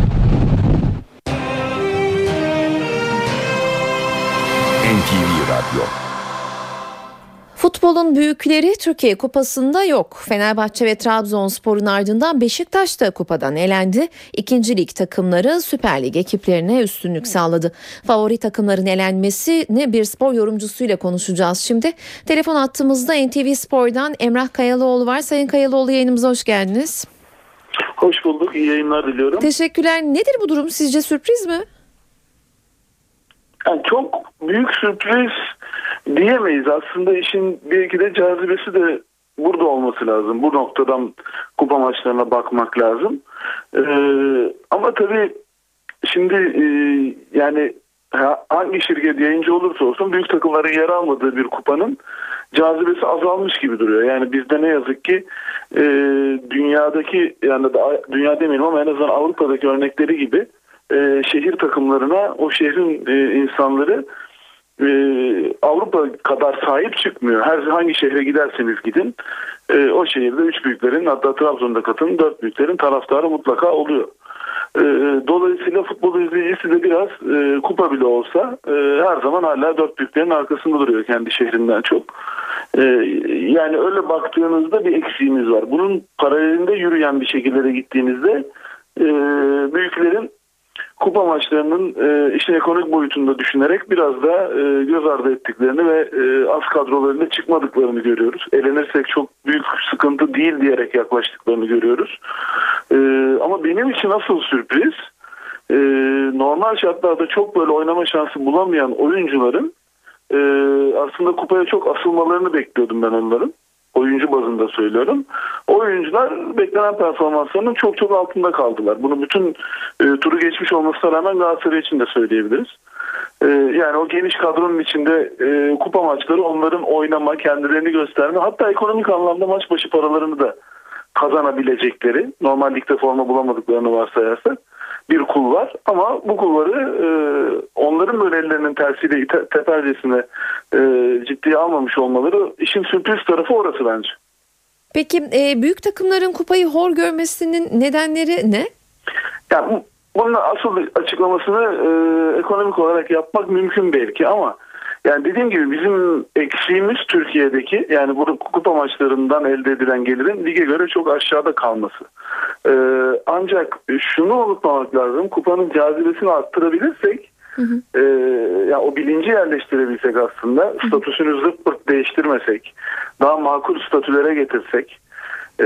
N T V Radyo. Futbolun büyükleri Türkiye Kupası'nda yok. Fenerbahçe ve Trabzonspor'un ardından Beşiktaş da kupadan elendi. İkinci lig takımları Süper Lig ekiplerine üstünlük sağladı. Favori takımların elenmesini bir spor yorumcusuyla konuşacağız şimdi. Telefon attığımızda N T V Spor'dan Emrah Kayalıoğlu var. Sayın Kayalıoğlu, yayınımıza hoş geldiniz. Hoş bulduk. İyi yayınlar diliyorum. Teşekkürler. Nedir bu durum? Sizce sürpriz mi? Yani çok büyük sürpriz diyemeyiz. Aslında işin belki de cazibesi de burada olması lazım. Bu noktadan kupa maçlarına bakmak lazım. Ee, ama tabii şimdi e, yani hangi şirket yayıncı olursa olsun büyük takımların yer almadığı bir kupanın cazibesi azalmış gibi duruyor. Yani bizde ne yazık ki e, dünyadaki, yani da, dünya demeyelim ama en azından Avrupa'daki örnekleri gibi e, şehir takımlarına o şehrin e, insanları e, Avrupa kadar sahip çıkmıyor. Her hangi şehre giderseniz gidin e, o şehirde üç büyüklerin, hatta Trabzon'da katın dört büyüklerin taraftarı mutlaka oluyor. E, dolayısıyla futbol izleyicisi de biraz e, kupa bile olsa e, her zaman hala dört büyüklerin arkasında duruyor, kendi şehrinden çok. E, yani öyle baktığınızda bir eksiğimiz var. Bunun paralelinde yürüyen bir şekilde de gittiğinizde e, büyüklerin kupa maçlarının e, işin ekonomik boyutunda düşünerek biraz da e, göz ardı ettiklerini ve e, az kadrolarında çıkmadıklarını görüyoruz. Elenirsek çok büyük sıkıntı değil diyerek yaklaştıklarını görüyoruz. E, ama benim için asıl sürpriz e, normal şartlarda çok böyle oynama şansı bulamayan oyuncuların e, aslında kupaya çok asılmalarını bekliyordum ben onların. Oyuncu bazında söylüyorum. Oyuncular beklenen performanslarının çok çok altında kaldılar. Bunu bütün e, turu geçmiş olmasına rağmen Galatasaray için de söyleyebiliriz. E, yani o geniş kadronun içinde e, kupa maçları onların oynama, kendilerini gösterme, hatta ekonomik anlamda maç başı paralarını da kazanabilecekleri, normal ligde forma bulamadıklarını varsayarsak bir kulvar ama bu kulvarı e, onların böyle ellerinin tersiyle te- tepercesine e, ciddiye almamış olmaları işin sürpriz tarafı orası bence. Peki e, büyük takımların kupayı hor görmesinin nedenleri ne? Yani bunun asıl açıklamasını e, ekonomik olarak yapmak mümkün belki ama yani dediğim gibi bizim eksiğimiz Türkiye'deki yani bu kupa maçlarından elde edilen gelirin lige göre çok aşağıda kalması. Ee, ancak şunu unutmamak lazım, kupanın cazibesini arttırabilirsek, hı hı. E, yani o bilinci yerleştirebilsek aslında, statüsünü zırt pırt değiştirmesek, daha makul statülere getirsek e,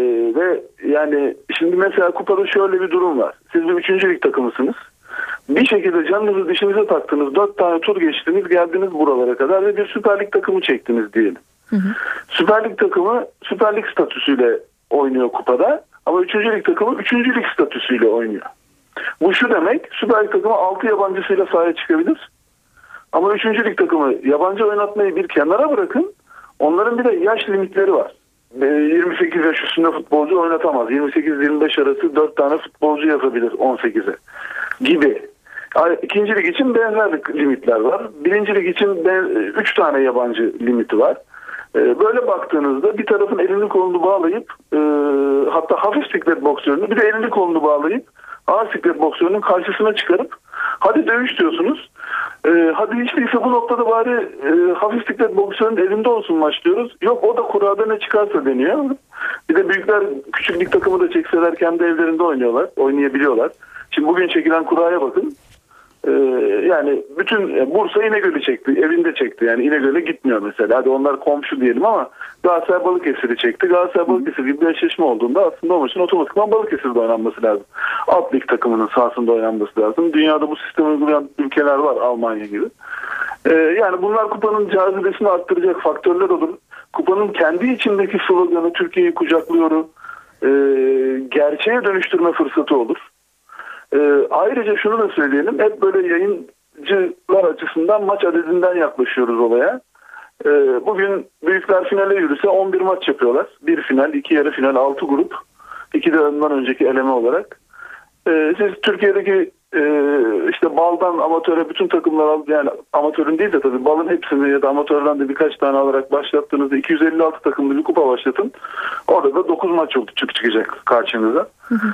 ve yani şimdi mesela kupada şöyle bir durum var. Siz bir üçüncü lig takımısınız. Bir şekilde canınızı dişinize taktınız, dört tane tur geçtiniz, geldiniz buralara kadar ve bir Süper Lig takımı çektiniz diyelim. Hı hı. Süper Lig takımı Süper Lig statüsüyle oynuyor kupada ama üçüncü lig takımı üçüncü lig statüsüyle oynuyor. Bu şu demek, Süper Lig takımı altı yabancısıyla sahaya çıkabilir ama üçüncü lig takımı yabancı oynatmayı bir kenara bırakın, onların bir de yaş limitleri var. yirmi sekiz yaş üstünde futbolcu oynatamaz. yirmi sekiz yirmi beş arası dört tane futbolcu yazabilir on sekize gibi. İkinci lig için benzer limitler var. Birinci lig için üç tane yabancı limiti var. Böyle baktığınızda bir tarafın elini kolunu bağlayıp hatta hafif siklet boksörünü bir de elini kolunu bağlayıp ağır siklet boksörünün karşısına çıkarıp hadi dövüş diyorsunuz. Hadi hiç değilse bu noktada bari hafif siklet boksörünün elinde olsun maç diyoruz. Yok o da kurada ne çıkarsa deniyor. Bir de büyükler küçük lig takımı da çekseler kendi evlerinde oynuyorlar, oynayabiliyorlar. Şimdi bugün çekilen kuraya bakın. Ee, yani bütün Bursa İnegöl'ü çekti. Evinde çekti. Yani İnegöl'e gitmiyor mesela. Hadi onlar komşu diyelim ama Galatasaray Balıkesir'i çekti. Galatasaray Balıkesir gibi bir eşleşme olduğunda aslında o maçın otomatikman Balıkesir'de oynanması lazım. Alt lig takımının sahasında oynanması lazım. Dünyada bu sistemi uygulayan ülkeler var. Almanya gibi. Ee, yani bunlar kupanın cazibesini arttıracak faktörler olur. Kupanın kendi içindeki sloganı Türkiye'yi kucaklıyor. E, gerçeğe dönüştürme fırsatı olur. Ee, ayrıca şunu da söyleyelim, hep böyle yayıncılar açısından maç adedinden yaklaşıyoruz olaya. Ee, bugün büyükler finale yürüse on bir maç yapıyorlar. Bir final, iki yarı final, altı grup. İki de ondan önceki eleme olarak. Ee, siz Türkiye'deki e, işte baldan amatöre bütün takımlar al, yani amatörün değil de tabii balın hepsini ya da amatörden de birkaç tane alarak başlattığınızda iki yüz elli altı takımlı bir kupa başlatın. Orada da dokuz maç oldu çık çıkacak karşınıza. Hı hı.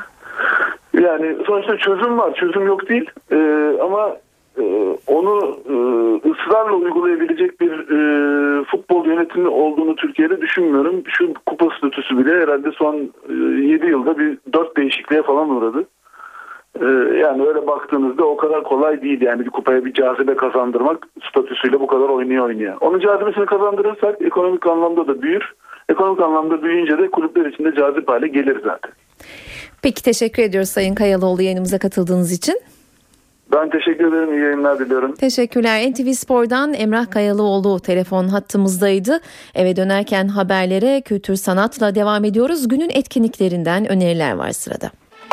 Yani sonuçta çözüm var, çözüm yok değil ee, ama e, onu e, ısrarla uygulayabilecek bir e, futbol yönetimi olduğunu Türkiye'de düşünmüyorum. Şu kupa statüsü bile herhalde son e, yedi yılda bir dört değişikliğe falan uğradı. E, yani öyle baktığınızda o kadar kolay değil yani bir kupaya bir cazibe kazandırmak statüsüyle bu kadar oynuyor oynuyor. Onun cazibesini kazandırırsak ekonomik anlamda da büyür. Ekonomik anlamda büyüyünce de kulüpler içinde cazip hale gelir zaten. Peki teşekkür ediyoruz Sayın Kayalıoğlu yayınımıza katıldığınız için. Ben teşekkür ederim. İyi yayınlar diliyorum. Teşekkürler. N T V Spor'dan Emrah Kayalıoğlu telefon hattımızdaydı. Eve dönerken haberlere kültür sanatla devam ediyoruz. Günün etkinliklerinden öneriler var sırada.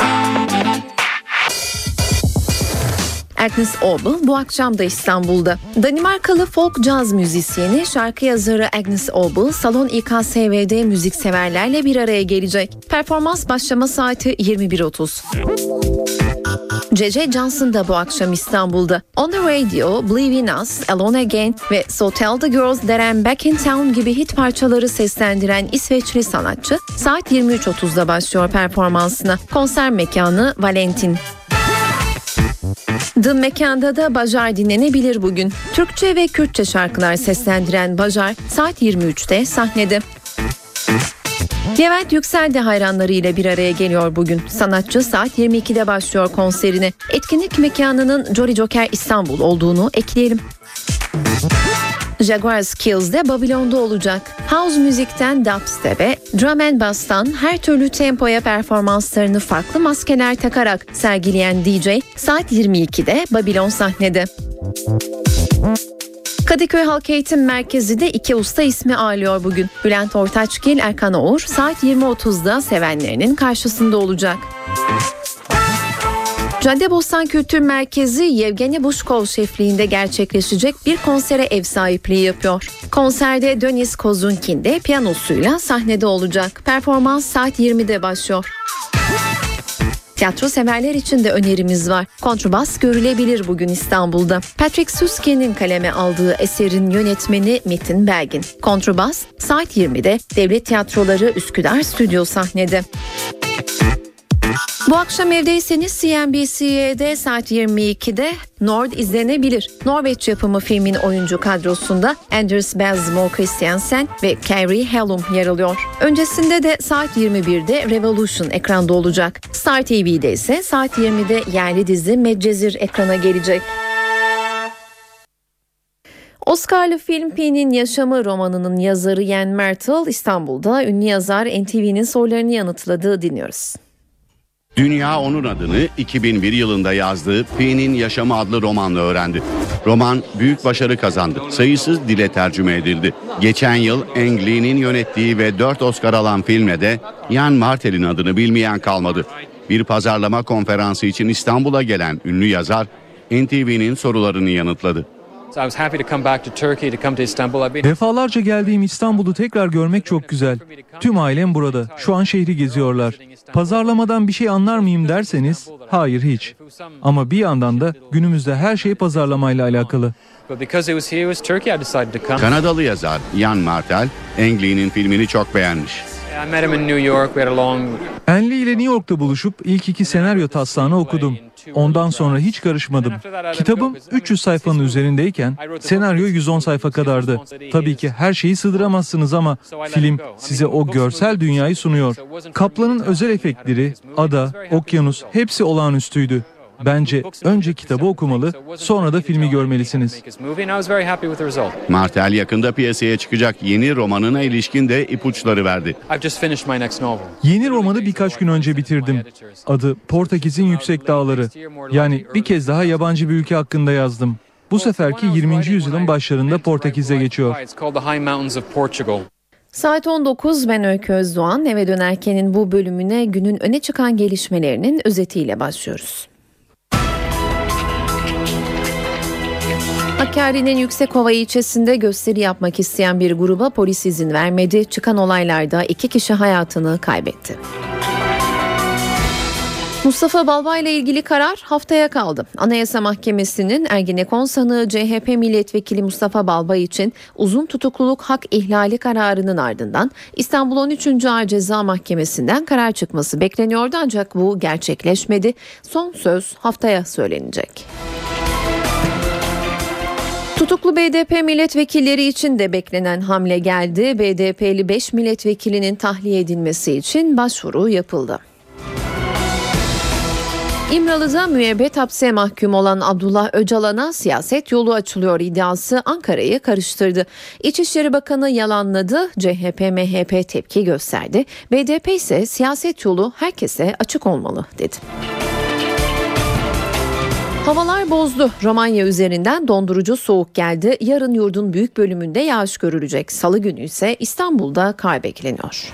Agnes Obel bu akşam da İstanbul'da. Danimarkalı folk caz müzisyeni, şarkı yazarı Agnes Obel, Salon İ K S V'de müzikseverlerle bir araya gelecek. Performans başlama saati yirmi bir otuz. C C Johnson da bu akşam İstanbul'da. On the Radio, Believe in Us, Alone Again ve So Tell the Girls That I'm Back in Town gibi hit parçaları seslendiren İsveçli sanatçı saat yirmi üç otuzda başlıyor performansına. Konser mekanı Valentin. The Mekan'da da Bajar dinlenebilir bugün. Türkçe ve Kürtçe şarkılar seslendiren Bajar saat yirmi üçte sahnede. Levent Yüksel de hayranlarıyla bir araya geliyor bugün. Sanatçı saat yirmi ikide başlıyor konserine. Etkinlik mekanının Jolly Joker İstanbul olduğunu ekleyelim. Jaguar Skills de Babilon'da olacak. House müzikten dubstep'e, drum and bass'tan her türlü tempoya performanslarını farklı maskeler takarak sergileyen D J saat yirmi ikide Babilon sahnede. Kadıköy Halk Eğitim Merkezi de iki usta ismi ağırlıyor bugün. Bülent Ortaçgil, Erkan Oğur saat yirmi otuzda sevenlerinin karşısında olacak. Caddebostan Kültür Merkezi Yevgeni Buşkov şefliğinde gerçekleşecek bir konsere ev sahipliği yapıyor. Konserde Dönis Kozunkin de piyanosuyla sahnede olacak. Performans saat yirmide başlıyor. Tiyatro severler için de önerimiz var. Kontrabas görülebilir bugün İstanbul'da. Patrick Süski'nin kaleme aldığı eserin yönetmeni Metin Belgin. Kontrabas saat yirmide Devlet Tiyatroları Üsküdar Stüdyo sahnede. Bu akşam evdeyseniz C N B C'de saat yirmi ikide Nord izlenebilir. Norveç yapımı filmin oyuncu kadrosunda Anders Bazmo Christiansen ve Carrie Hellum yer alıyor. Öncesinde de saat yirmi birde Revolution ekranda olacak. Star T V'de ise saat yirmide yerli dizi Medcezir ekrana gelecek. Oscar'lı film Pi'nin Yaşamı romanının yazarı Ian Myrtle İstanbul'da ünlü yazar N T V'nin sorularını yanıtladığı dinliyoruz. Dünya onun adını iki bin bir yılında yazdığı Pi'nin Yaşamı adlı romanla öğrendi. Roman büyük başarı kazandı. Sayısız dile tercüme edildi. Geçen yıl Ang Lee'nin yönettiği ve dört Oscar alan filmle de Ian Myrtle'in adını bilmeyen kalmadı. Bir pazarlama konferansı için İstanbul'a gelen ünlü yazar N T V'nin sorularını yanıtladı. Defalarca geldiğim İstanbul'u tekrar görmek çok güzel. Tüm ailem burada. Şu an şehri geziyorlar. Pazarlamadan bir şey anlar mıyım derseniz, hayır hiç. Ama bir yandan da günümüzde her şey pazarlamayla alakalı. Kanadalı yazar Ian Myrtle, Ang Lee'nin filmini çok beğenmiş. Ang Lee ile New York'ta buluşup ilk iki senaryo taslağını okudum. Ondan sonra hiç karışmadım. Kitabım üç yüz sayfanın üzerindeyken senaryo yüz on sayfa kadardı. Tabii ki her şeyi sığdıramazsınız ama film size o görsel dünyayı sunuyor. Kaplanın özel efektleri, ada, okyanus hepsi olağanüstüydü. Bence önce kitabı okumalı, sonra da filmi görmelisiniz. Myrtle yakında piyasaya çıkacak yeni romanına ilişkin de ipuçları verdi. Yeni romanı birkaç gün önce bitirdim. Adı Portekiz'in Yüksek Dağları. Yani bir kez daha yabancı bir ülke hakkında yazdım. Bu seferki yirminci yüzyılın başlarında Portekiz'e geçiyor. Saat on dokuz, ben Öykü Özdoğan. Eve dönerkenin bu bölümüne günün öne çıkan gelişmelerinin özetiyle başlıyoruz. Hakkari'nin Yüksekova ilçesinde gösteri yapmak isteyen bir gruba polis izin vermedi. Çıkan olaylarda iki kişi hayatını kaybetti. Mustafa Balbay ile ilgili karar haftaya kaldı. Anayasa Mahkemesi'nin Ergenekon sanığı C H P milletvekili Mustafa Balbay için uzun tutukluluk hak ihlali kararının ardından İstanbul on üçüncü Ağır Ceza Mahkemesi'nden karar çıkması bekleniyordu ancak bu gerçekleşmedi. Son söz haftaya söylenecek. Tutuklu B D P milletvekilleri için de beklenen hamle geldi. B D P'li beş milletvekilinin tahliye edilmesi için başvuru yapıldı. İmralı'da müebbet hapse mahkum olan Abdullah Öcalan'a siyaset yolu açılıyor iddiası Ankara'yı karıştırdı. İçişleri Bakanı yalanladı, C H P M H P tepki gösterdi. B D P ise siyaset yolu herkese açık olmalı dedi. Havalar bozdu. Romanya üzerinden dondurucu soğuk geldi. Yarın yurdun büyük bölümünde yağış görülecek. Salı günü ise İstanbul'da kar bekleniyor.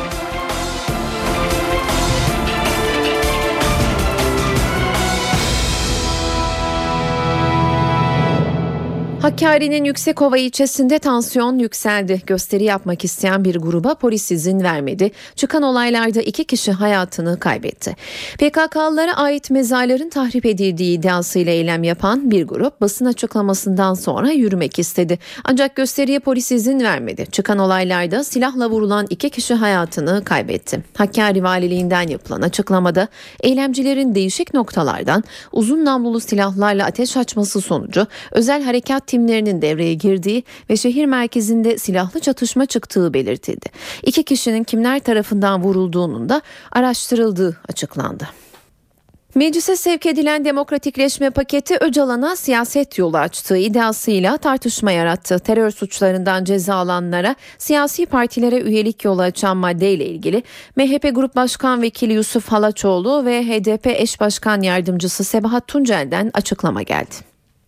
Hakkari'nin Yüksekova ilçesinde tansiyon yükseldi. Gösteri yapmak isteyen bir gruba polis izin vermedi. Çıkan olaylarda iki kişi hayatını kaybetti. P K K'lılara ait mezarların tahrip edildiği iddiasıyla eylem yapan bir grup basın açıklamasından sonra yürümek istedi. Ancak gösteriye polis izin vermedi. Çıkan olaylarda silahla vurulan iki kişi hayatını kaybetti. Hakkari Valiliğinden yapılan açıklamada eylemcilerin değişik noktalardan uzun namlulu silahlarla ateş açması sonucu özel harekat timlerinin devreye girdiği ve şehir merkezinde silahlı çatışma çıktığı belirtildi. İki kişinin kimler tarafından vurulduğunun da araştırıldığı açıklandı. Meclise sevk edilen demokratikleşme paketi Öcalan'a siyaset yolu açtığı iddiasıyla tartışma yarattı. Terör suçlarından ceza alanlara siyasi partilere üyelik yolu açan maddeyle ilgili M H P Grup Başkan Vekili Yusuf Halaçoğlu ve H D P Eş Başkan Yardımcısı Sebahat Tuncel'den açıklama geldi.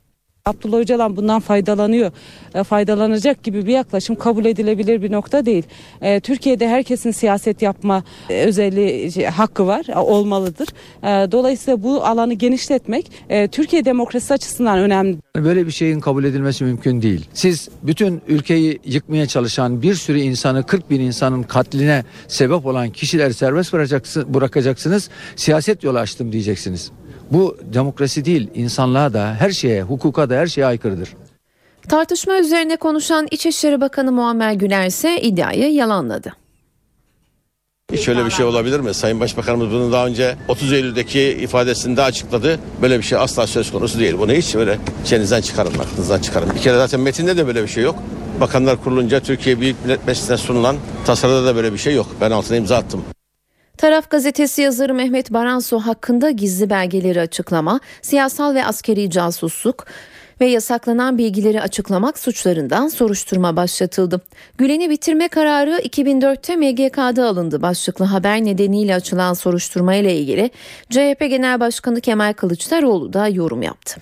Abdullah Öcalan bundan faydalanıyor. E, faydalanacak gibi bir yaklaşım kabul edilebilir bir nokta değil. E, Türkiye'de herkesin siyaset yapma e, özelliği şey, hakkı var, e, olmalıdır. E, dolayısıyla bu alanı genişletmek e, Türkiye demokrasisi açısından önemli. Böyle bir şeyin kabul edilmesi mümkün değil. Siz bütün ülkeyi yıkmaya çalışan bir sürü insanı, kırk bin insanın katline sebep olan kişileri serbest bırakacaksınız. Siyaset yolu açtım diyeceksiniz. Bu demokrasi değil, insanlığa da, her şeye, hukuka da, her şeye aykırıdır. Tartışma üzerine konuşan İçişleri Bakanı Muammer Güler ise iddiayı yalanladı. Hiç öyle bir şey olabilir mi? Sayın Başbakanımız bunu daha önce otuz Eylül'deki ifadesinde açıkladı. Böyle bir şey asla söz konusu değil. Bunu hiç böyle içinizden çıkarın, aklınızdan çıkarın. Bir kere zaten metinde de böyle bir şey yok. Bakanlar Kurulu'nca Türkiye Büyük Millet Meclisi'ne sunulan tasarıda da böyle bir şey yok. Ben altına imza attım. Taraf gazetesi yazarı Mehmet Baransu hakkında gizli belgeleri açıklama, siyasal ve askeri casusluk ve yasaklanan bilgileri açıklamak suçlarından soruşturma başlatıldı. Gülen'i bitirme kararı iki bin dörtte M G K'da alındı başlıklı haber nedeniyle açılan soruşturma ile ilgili C H P Genel Başkanı Kemal Kılıçdaroğlu da yorum yaptı.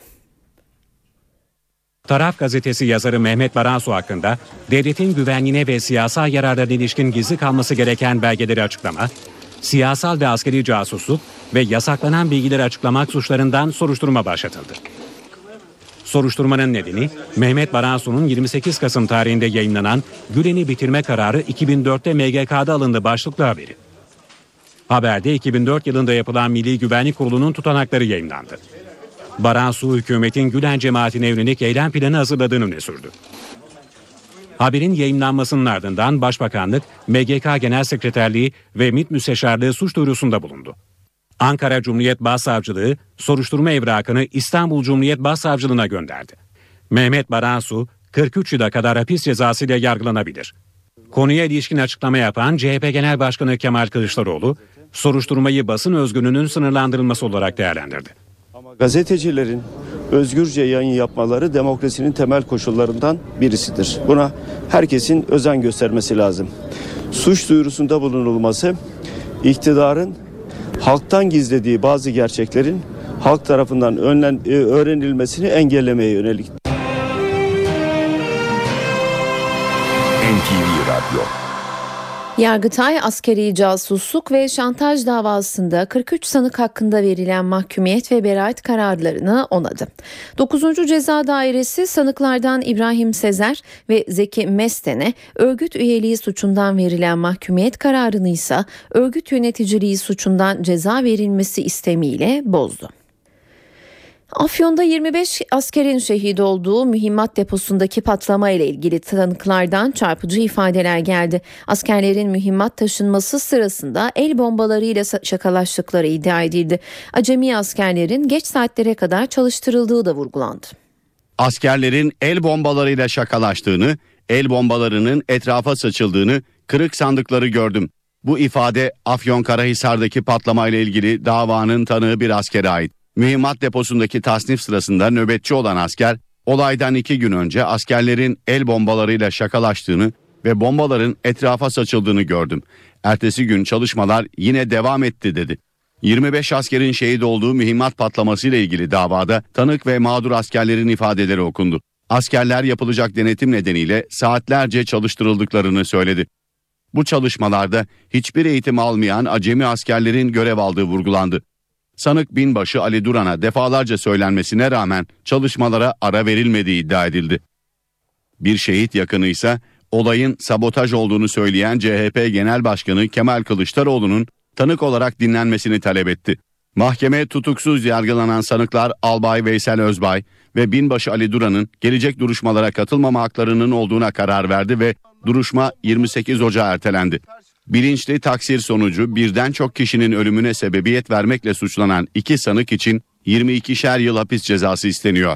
Taraf gazetesi yazarı Mehmet Baransu hakkında devletin güvenliğine ve siyasal yararlarına ilişkin gizli kalması gereken belgeleri açıklama, siyasal ve askeri casusluk ve yasaklanan bilgileri açıklamak suçlarından soruşturma başlatıldı. Soruşturmanın nedeni Mehmet Baransu'nun yirmi sekiz Kasım tarihinde yayınlanan Gülen'i bitirme kararı iki bin dörtte M G K'da alındı başlıklı haberi. Haberde iki bin dört yılında yapılan Milli Güvenlik Kurulu'nun tutanakları yayınlandı. Baransu hükümetin Gülen cemaatine yönelik eylem planı hazırladığını öne sürdü. Haberin yayınlanmasının ardından Başbakanlık, M G K Genel Sekreterliği ve MİT Müsteşarlığı suç duyurusunda bulundu. Ankara Cumhuriyet Başsavcılığı soruşturma evrakını İstanbul Cumhuriyet Başsavcılığına gönderdi. Mehmet Baransu kırk üç yıla kadar hapis cezası ile yargılanabilir. Konuya ilişkin açıklama yapan C H P Genel Başkanı Kemal Kılıçdaroğlu, soruşturmayı basın özgürlüğünün sınırlandırılması olarak değerlendirdi. Gazetecilerin özgürce yayın yapmaları demokrasinin temel koşullarından birisidir. Buna herkesin özen göstermesi lazım. Suç duyurusunda bulunulması, iktidarın halktan gizlediği bazı gerçeklerin halk tarafından önlen, öğrenilmesini engellemeye yönelik. N T V Radyo. Yargıtay askeri casusluk ve şantaj davasında kırk üç sanık hakkında verilen mahkumiyet ve beraat kararlarını onadı. dokuzuncu Ceza Dairesi sanıklardan İbrahim Sezer ve Zeki Mesten'e örgüt üyeliği suçundan verilen mahkumiyet kararını ise örgüt yöneticiliği suçundan ceza verilmesi istemiyle bozdu. Afyon'da yirmi beş askerin şehit olduğu mühimmat deposundaki patlama ile ilgili tanıklardan çarpıcı ifadeler geldi. Askerlerin mühimmat taşınması sırasında el bombalarıyla şakalaştıkları iddia edildi. Acemi askerlerin geç saatlere kadar çalıştırıldığı da vurgulandı. Askerlerin el bombalarıyla şakalaştığını, el bombalarının etrafa saçıldığını, kırık sandıkları gördüm. Bu ifade Afyonkarahisar'daki patlamayla ilgili davanın tanığı bir askere ait. Mühimmat deposundaki tasnif sırasında nöbetçi olan asker, olaydan iki gün önce askerlerin el bombalarıyla şakalaştığını ve bombaların etrafa saçıldığını gördüm. Ertesi gün çalışmalar yine devam etti dedi. yirmi beş askerin şehit olduğu mühimmat patlaması ile ilgili davada tanık ve mağdur askerlerin ifadeleri okundu. Askerler yapılacak denetim nedeniyle saatlerce çalıştırıldıklarını söyledi. Bu çalışmalarda hiçbir eğitim almayan acemi askerlerin görev aldığı vurgulandı. Sanık binbaşı Ali Duran'a defalarca söylenmesine rağmen çalışmalara ara verilmediği iddia edildi. Bir şehit yakını ise olayın sabotaj olduğunu söyleyen C H P Genel Başkanı Kemal Kılıçdaroğlu'nun tanık olarak dinlenmesini talep etti. Mahkeme tutuksuz yargılanan sanıklar Albay Veysel Özbay ve binbaşı Ali Duran'ın gelecek duruşmalara katılmama haklarının olduğuna karar verdi ve duruşma yirmi sekiz Ocağı ertelendi. Bilinçli taksir sonucu birden çok kişinin ölümüne sebebiyet vermekle suçlanan iki sanık için yirmi ikişer yıl hapis cezası isteniyor.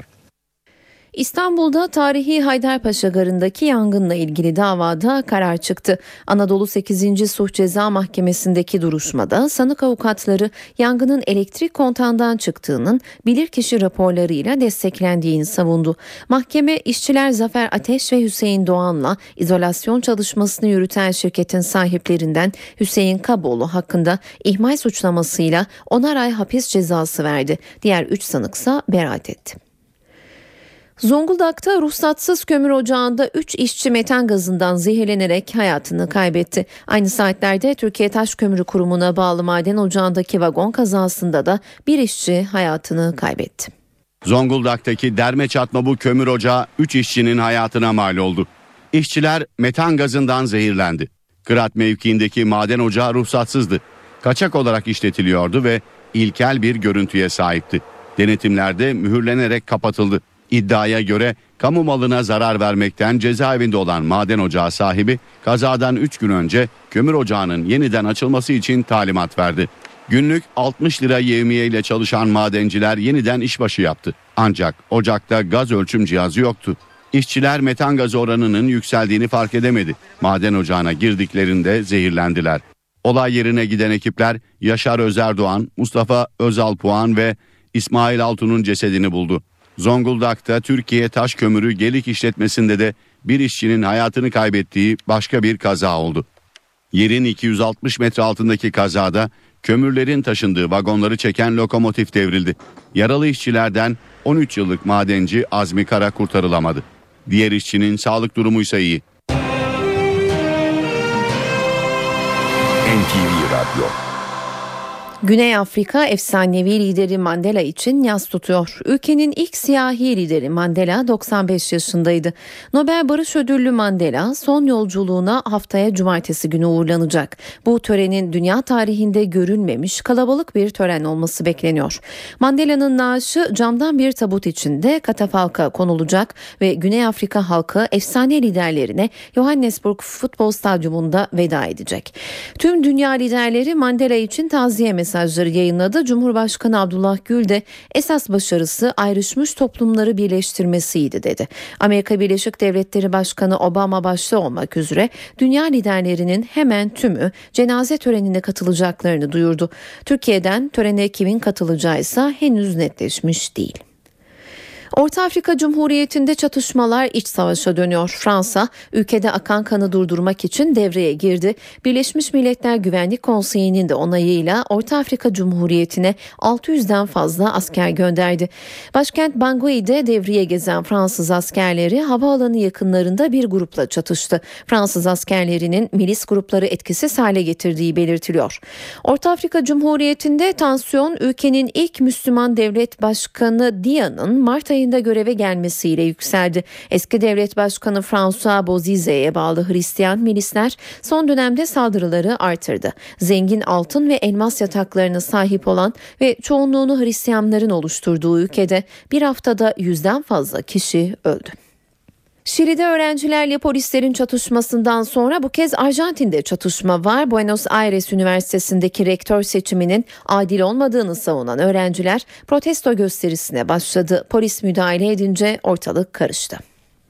İstanbul'da tarihi Haydarpaşa Garı'ndaki yangınla ilgili davada karar çıktı. Anadolu sekizinci Suç Ceza Mahkemesi'ndeki duruşmada sanık avukatları yangının elektrik kontağından çıktığının bilirkişi raporlarıyla desteklendiğini savundu. Mahkeme işçiler Zafer Ateş ve Hüseyin Doğan'la izolasyon çalışmasını yürüten şirketin sahiplerinden Hüseyin Kaboğlu hakkında ihmal suçlamasıyla onar ay hapis cezası verdi. Diğer üç sanıksa beraat etti. Zonguldak'ta ruhsatsız kömür ocağında üç işçi metan gazından zehirlenerek hayatını kaybetti. Aynı saatlerde Türkiye Taş Kömürü Kurumu'na bağlı maden ocağındaki vagon kazasında da bir işçi hayatını kaybetti. Zonguldak'taki derme çatma bu kömür ocağı üç işçinin hayatına mal oldu. İşçiler metan gazından zehirlendi. Kırat mevkiindeki maden ocağı ruhsatsızdı. Kaçak olarak işletiliyordu ve ilkel bir görüntüye sahipti. Denetimlerde mühürlenerek kapatıldı. İddiaya göre kamu malına zarar vermekten cezaevinde olan maden ocağı sahibi kazadan üç gün önce kömür ocağının yeniden açılması için talimat verdi. Günlük altmış lira yevmiye ile çalışan madenciler yeniden işbaşı yaptı. Ancak ocakta gaz ölçüm cihazı yoktu. İşçiler metan gazı oranının yükseldiğini fark edemedi. Maden ocağına girdiklerinde zehirlendiler. Olay yerine giden ekipler Yaşar Özerdoğan, Mustafa Özalpuan ve İsmail Altun'un cesedini buldu. Zonguldak'ta Türkiye Taş Kömürü Gelik işletmesinde de bir işçinin hayatını kaybettiği başka bir kaza oldu. Yerin iki yüz altmış metre altındaki kazada kömürlerin taşındığı vagonları çeken lokomotif devrildi. Yaralı işçilerden on üç yıllık madenci Azmi Kara kurtarılamadı. Diğer işçinin sağlık durumu ise iyi. N T V Radyo. Güney Afrika efsanevi lideri Mandela için yas tutuyor. Ülkenin ilk siyahi lideri Mandela doksan beş yaşındaydı. Nobel Barış Ödüllü Mandela son yolculuğuna haftaya cumartesi günü uğurlanacak. Bu törenin dünya tarihinde görülmemiş kalabalık bir tören olması bekleniyor. Mandela'nın naaşı camdan bir tabut içinde katafalka konulacak ve Güney Afrika halkı efsane liderlerine Johannesburg Futbol Stadyumunda veda edecek. Tüm dünya liderleri Mandela için taziye mesajı mesajları yayınladı. Cumhurbaşkanı Abdullah Gül de esas başarısı ayrışmış toplumları birleştirmesiydi dedi. Amerika Birleşik Devletleri Başkanı Obama başta olmak üzere dünya liderlerinin hemen tümü cenaze törenine katılacaklarını duyurdu. Türkiye'den törene kimin katılacağı ise henüz netleşmiş değil. Orta Afrika Cumhuriyeti'nde çatışmalar iç savaşa dönüyor. Fransa ülkede akan kanı durdurmak için devreye girdi. Birleşmiş Milletler Güvenlik Konseyi'nin de onayıyla Orta Afrika Cumhuriyeti'ne altı yüzden fazla asker gönderdi. Başkent Bangui'de devriye gezen Fransız askerleri havaalanı yakınlarında bir grupla çatıştı. Fransız askerlerinin milis grupları etkisiz hale getirdiği belirtiliyor. Orta Afrika Cumhuriyeti'nde tansiyon ülkenin ilk Müslüman devlet başkanı Dia'nın Mart ayında göreve gelmesiyle yükseldi. Eski devlet başkanı François Bozize'ye bağlı Hristiyan milisler son dönemde saldırıları artırdı. Zengin altın ve elmas yataklarına sahip olan ve çoğunluğunu Hristiyanların oluşturduğu ülkede bir haftada yüzden fazla kişi öldü. Şili'de öğrencilerle polislerin çatışmasından sonra bu kez Arjantin'de çatışma var. Buenos Aires Üniversitesi'ndeki rektör seçiminin adil olmadığını savunan öğrenciler protesto gösterisine başladı. Polis müdahale edince ortalık karıştı.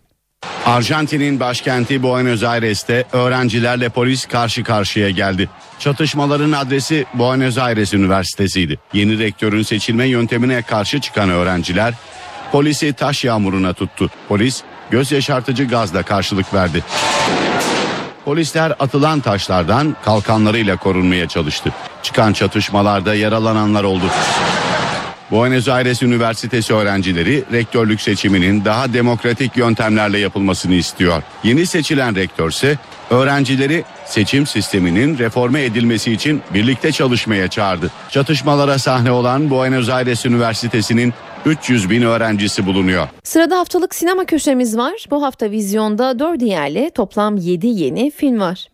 Arjantin'in başkenti Buenos Aires'te öğrencilerle polis karşı karşıya geldi. Çatışmaların adresi Buenos Aires Üniversitesi'ydi. Yeni rektörün seçilme yöntemine karşı çıkan öğrenciler polisi taş yağmuruna tuttu. Polis göz yaşartıcı gazla karşılık verdi. Polisler atılan taşlardan kalkanlarıyla korunmaya çalıştı. Çıkan çatışmalarda yaralananlar oldu. Buenos Aires Üniversitesi öğrencileri rektörlük seçiminin daha demokratik yöntemlerle yapılmasını istiyor. Yeni seçilen rektör ise öğrencileri seçim sisteminin reforme edilmesi için birlikte çalışmaya çağırdı. Çatışmalara sahne olan Buenos Aires Üniversitesi'nin üç yüz bin öğrencisi bulunuyor. Sırada haftalık sinema köşemiz var. Bu hafta vizyonda dört yerli toplam yedi yeni film var.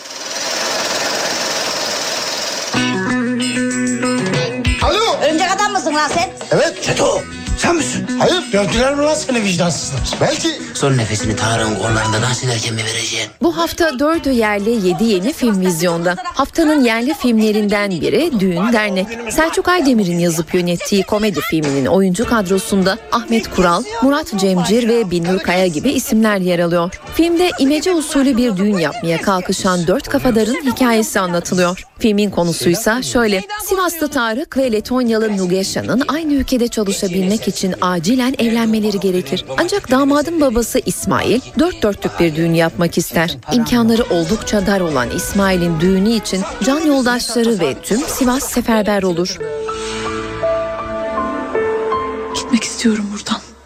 Alo. Örümcek adam mısın lan sen? Evet. Çeto. Sen misin? Hayır. Dövdüler mi lan seni vicdansızlar? Belki. Son nefesini Tarık'ın kollarında dans ederken mi vereceksin? Bu hafta dördü yerli yedi yeni film vizyonda. Haftanın yerli filmlerinden biri Düğün Dernek. Selçuk Aydemir'in yazıp yönettiği komedi filminin oyuncu kadrosunda Ahmet Kural, Murat Cemcir ve Binnur Kaya gibi isimler yer alıyor. Filmde imece usulü bir düğün yapmaya kalkışan dört kafadarın hikayesi anlatılıyor. Filmin konusuysa şöyle: Sivaslı Tarık ve Letonyalı Nugeşa'nın aynı ülkede çalışabilmek için acilen evlenmeleri gerekir. Ancak damadın babası İsmail dört dörtlük bir düğün yapmak ister. İmkanları oldukça dar olan İsmail'in düğünü için can yoldaşları ve tüm Sivas seferber olur. Gitmek istiyorum buradan.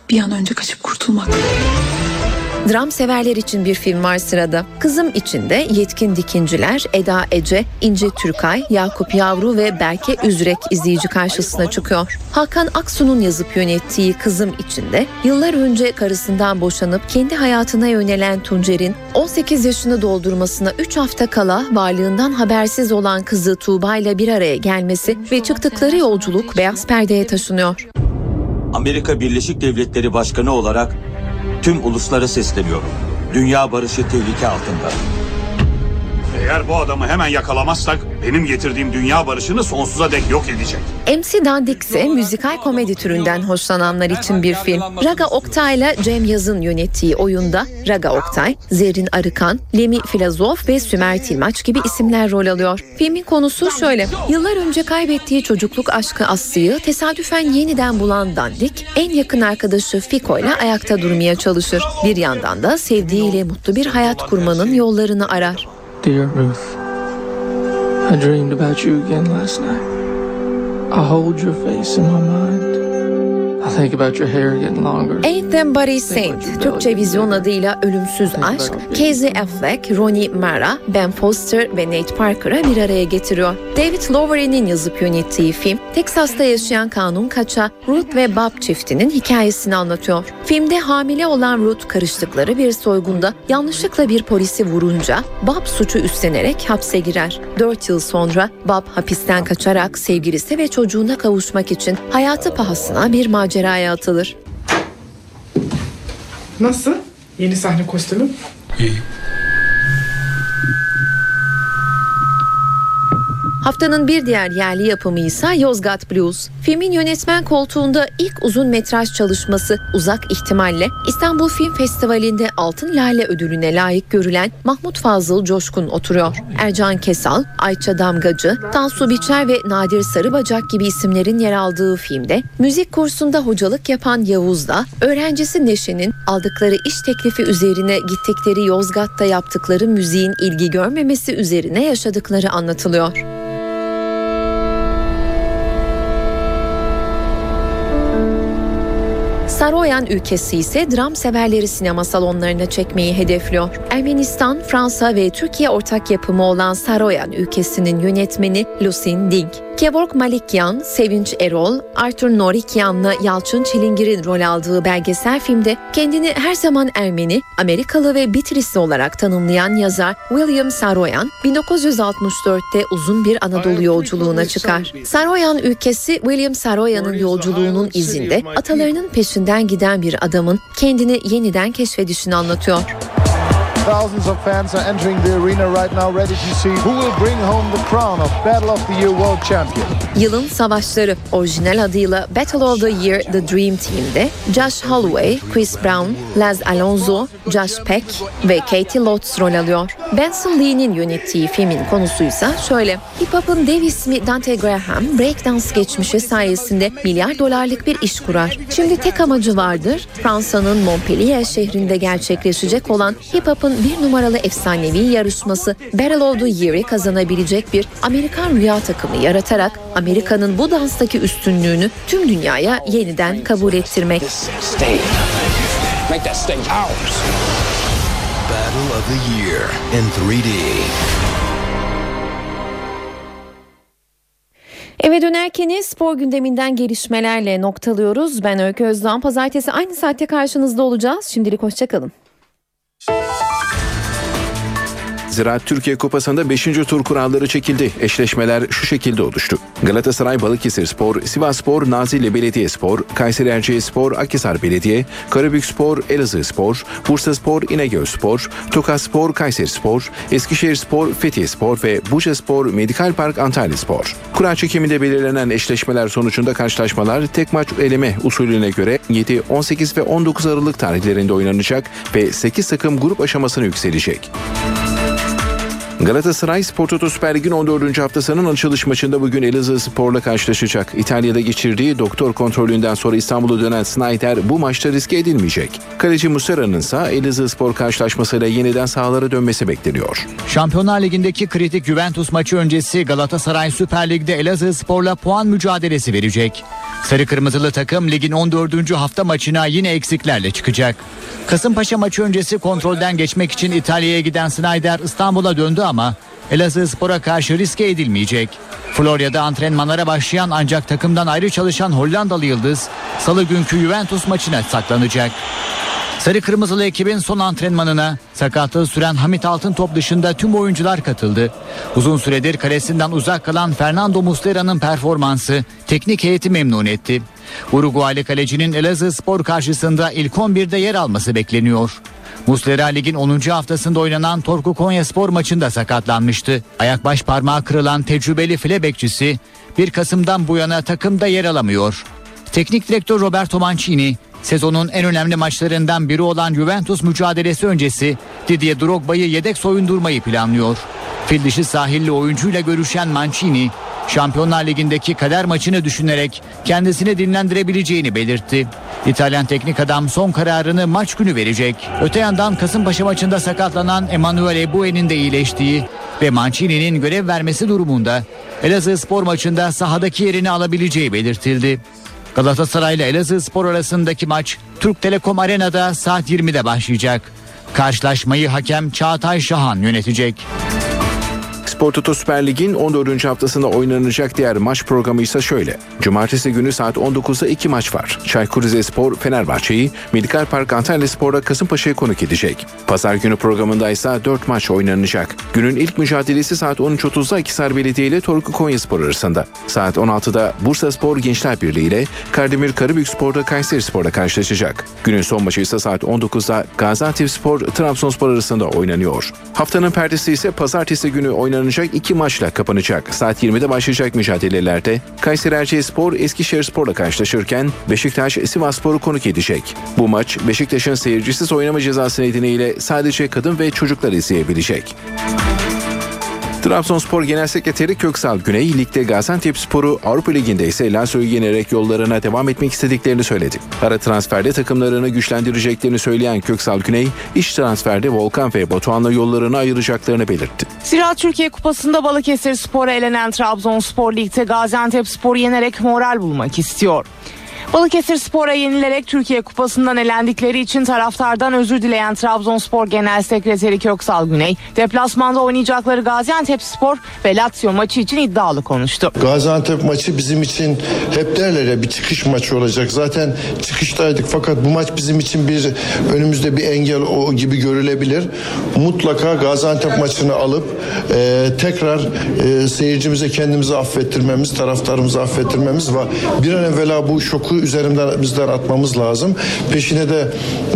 Bir an önce kaçıp kurtulmak. Dram severler için bir film var sırada. Kızım içinde Yetkin Dikinciler, Eda Ece, İnce Türkay, Yakup Yavru ve Berke Üzrek izleyici karşısına çıkıyor. Hakan Aksu'nun yazıp yönettiği Kızım içinde yıllar önce karısından boşanıp kendi hayatına yönelen Tuncer'in on sekiz yaşını doldurmasına üç hafta kala varlığından habersiz olan kızı Tuğba ile bir araya gelmesi ve çıktıkları yolculuk beyaz perdeye taşınıyor. Amerika Birleşik Devletleri Başkanı olarak tüm uluslara sesleniyorum. Dünya barışı tehlike altında. Eğer bu adamı hemen yakalamazsak benim getirdiğim dünya barışını sonsuza dek yok edecek. M C Dandik ise müzikal komedi türünden hoşlananlar için bir film. Raga Oktay ile Cem Yaz'ın yönettiği oyunda Raga Oktay, Zerrin Arıkan, Lemi Filozof ve Sümer Tilmaç gibi isimler rol alıyor. Filmin konusu şöyle: yıllar önce kaybettiği çocukluk aşkı Aslı'yı tesadüfen yeniden bulan Dandik, en yakın arkadaşı Fiko ile ayakta durmaya çalışır. Bir yandan da sevdiğiyle mutlu bir hayat kurmanın yollarını arar. Dear Ruth, I dreamed about you again last night. I hold your face in my mind. I think about your hair getting longer. Ain't Them Body Saint, Türkçe vizyon adıyla Ölümsüz Aşk, Casey Affleck, Rooney Mara, Ben Foster ve Nate Parker'ı bir araya getiriyor. David Lowery'nin yazıp yönettiği film, Teksas'ta yaşayan kanun kaçağı Ruth ve Bob çiftinin hikayesini anlatıyor. Filmde hamile olan Ruth karıştıkları bir soygunda yanlışlıkla bir polisi vurunca Bob suçu üstlenerek hapse girer. Dört yıl sonra Bob hapisten kaçarak sevgilisi ve çocuğuna kavuşmak için hayatı pahasına bir maceraya atılır. Nasıl? Yeni sahne kostümü? İyi. Haftanın bir diğer yerli yapımı ise Yozgat Blues. Filmin yönetmen koltuğunda ilk uzun metraj çalışması Uzak İhtimalle İstanbul Film Festivali'nde Altın Lale ödülüne layık görülen Mahmut Fazıl Coşkun oturuyor. Ercan Kesal, Ayça Damgacı, Tansu Biçer ve Nadir Sarıbacak gibi isimlerin yer aldığı filmde müzik kursunda hocalık yapan Yavuz'da öğrencisi Neşe'nin aldıkları iş teklifi üzerine gittikleri Yozgat'ta yaptıkları müziğin ilgi görmemesi üzerine yaşadıkları anlatılıyor. Saroyan ülkesi ise dram severleri sinema salonlarına çekmeyi hedefliyor. Ermenistan, Fransa ve Türkiye ortak yapımı olan Saroyan ülkesinin yönetmeni Lusin Dink, Kevork Malikyan, Sevinç Erol, Arthur Norikyan'la Yalçın Çilingir'in rol aldığı belgesel filmde kendini her zaman Ermeni, Amerikalı ve Bitlisli olarak tanımlayan yazar William Saroyan, bin dokuz yüz altmış dörtte uzun bir Anadolu yolculuğuna çıkar. Saroyan ülkesi, William Saroyan'ın yolculuğunun izinde atalarının peşinden giden bir adamın kendini yeniden keşfedişini anlatıyor. Thousands of fans are entering the arena right now, ready to see who will bring home the crown of Battle of the Year World Champion. Yılın Savaşları, orijinal adıyla Battle of the Year The Dream Team'de Josh Holloway, Chris Brown, Laz Alonso, Josh Peck ve Katie Lotz rol alıyor. Benson Lee'nin yönettiği filmin konusuysa şöyle: hip hop'un dev ismi Dante Graham, breakdance geçmişi sayesinde milyar dolarlık bir iş kurar. Şimdi tek amacı vardır: Fransa'nın Montpellier şehrinde gerçekleşecek olan hip hop'un bir numaralı efsanevi yarışması Battle of the Year'ı kazanabilecek bir Amerikan rüya takımı yaratarak Amerika'nın bu danstaki üstünlüğünü tüm dünyaya yeniden kabul ettirmek. Battle of the Year in üç D. Eve dönerken spor gündeminden gelişmelerle noktalıyoruz. Ben Öykü Özdoğan. Pazartesi aynı saatte karşınızda olacağız. Şimdilik hoşçakalın. Ziraat Türkiye Kupası'nda beşinci tur kuralları çekildi. Eşleşmeler şu şekilde oluştu. Galatasaray Balıkesirspor, Sivasspor Nazilli Belediyespor, Kayseri Erciyesspor Akhisar Belediye, Karabükspor Elazığspor, Bursaspor İnegölspor, Tokatspor Kayserispor, Eskişehirspor Fethiyeспor ve Bucaspor Medikal Park Antalyaspor. Kura çekiminde belirlenen eşleşmeler sonucunda karşılaşmalar tek maç eleme usulüne göre yedi, on sekiz ve on dokuz Aralık tarihlerinde oynanacak ve sekiz takım grup aşamasına yükselecek. Galatasaray Spor Toto Süper Lig'in on dördüncü haftasının açılış maçında bugün Elazığspor'la karşılaşacak. İtalya'da geçirdiği doktor kontrolünden sonra İstanbul'a dönen Snyder bu maçta riske edilmeyecek. Kaleci Muslera'nın ise Elazığspor karşılaşmasıyla yeniden sahalara dönmesi bekleniyor. Şampiyonlar Ligi'ndeki kritik Juventus maçı öncesi Galatasaray Süper Lig'de Elazığspor'la puan mücadelesi verecek. Sarı kırmızılı takım ligin on dördüncü hafta maçına yine eksiklerle çıkacak. Kasımpaşa maçı öncesi kontrolden geçmek için İtalya'ya giden Snyder İstanbul'a döndü ama Elazığspor'a karşı riske edilmeyecek. Florya'da antrenmanlara başlayan ancak takımdan ayrı çalışan Hollandalı yıldız Salı günkü Juventus maçına saklanacak. Sarı kırmızılı ekibin son antrenmanına sakatlığı süren Hamit Altıntop dışında tüm oyuncular katıldı. Uzun süredir kalesinden uzak kalan Fernando Muslera'nın performansı teknik heyeti memnun etti. Uruguaylı kalecinin Elazığspor karşısında ilk on birde yer alması bekleniyor. Muslera ligin onuncu haftasında oynanan Torku Konyaspor maçında sakatlanmıştı. Ayak baş parmağı kırılan tecrübeli file bekçisi bir Kasım'dan bu yana takımda yer alamıyor. Teknik direktör Roberto Mancini sezonun en önemli maçlarından biri olan Juventus mücadelesi öncesi Didier Drogba'yı yedek soyundurmayı planlıyor. Fil dişi sahilli oyuncuyla görüşen Mancini, Şampiyonlar Ligi'ndeki kader maçını düşünerek kendisini dinlendirebileceğini belirtti. İtalyan teknik adam son kararını maç günü verecek. Öte yandan Kasımpaşa maçında sakatlanan Emanuele Ebue'nin de iyileştiği ve Mancini'nin görev vermesi durumunda Elazığspor maçında sahadaki yerini alabileceği belirtildi. Galatasaray ile Elazığspor arasındaki maç Türk Telekom Arena'da saat yirmide başlayacak. Karşılaşmayı hakem Çağatay Şahan yönetecek. Spor Toto Süper Lig'in on dördüncü haftasında oynanacak diğer maç programı ise şöyle. Cumartesi günü saat on dokuzda iki maç var. Çaykur Rizespor Fenerbahçe'yi, Medikal Park Antalyaspor'da Kasımpaşa'yı konuk edecek. Pazar günü programında ise dört maç oynanacak. Günün ilk mücadelesi saat on üç otuzda Akhisar Belediye ile Torku Konyaspor arasında. Saat on altıda Bursaspor Gençler Birliği ile Kardemir Karabükspor'da Kayserispor'da karşılaşacak. Günün son maçı ise saat on dokuzda Gaziantepspor Trabzonspor arasında oynanıyor. Haftanın perdesi ise pazartesi günü oynanacak iki maçla kapanacak. Saat yirmide başlayacak mücadelelerde Kayseri Erciyesspor Eskişehirspor'la karşılaşırken Beşiktaş Sivasspor'u konuk edecek. Bu maç Beşiktaş'ın seyircisiz oynama cezası nedeniyle sadece kadın ve çocuklar izleyebilecek. Trabzonspor Genel Sekreteri Köksal Güney, ligde Gaziantepspor'u, Avrupa Ligi'nde ise Lazio'yu yenerek yollarına devam etmek istediklerini söyledi. Ara transferde takımlarını güçlendireceklerini söyleyen Köksal Güney, iç transferde Volkan ve Batuhan'la yollarını ayıracaklarını belirtti. Zira Türkiye Kupası'nda Balıkesirspor'a elenen Trabzonspor ligde Gaziantepspor'u yenerek moral bulmak istiyor. Balıkesirspor'a yenilerek Türkiye Kupası'ndan elendikleri için taraftardan özür dileyen Trabzonspor Genel Sekreteri Köksal Güney, deplasmanda oynayacakları Gaziantepspor ve Lazio maçı için iddialı konuştu. Gaziantep maçı bizim için hep derler ya bir çıkış maçı olacak. Zaten çıkıştaydık fakat bu maç bizim için bir önümüzde bir engel o gibi görülebilir. Mutlaka Gaziantep maçını alıp e, tekrar e, seyircimize kendimizi affettirmemiz, taraftarımızı affettirmemiz ve bir an evvela bu şoku üzerimden bizden atmamız lazım. Peşine de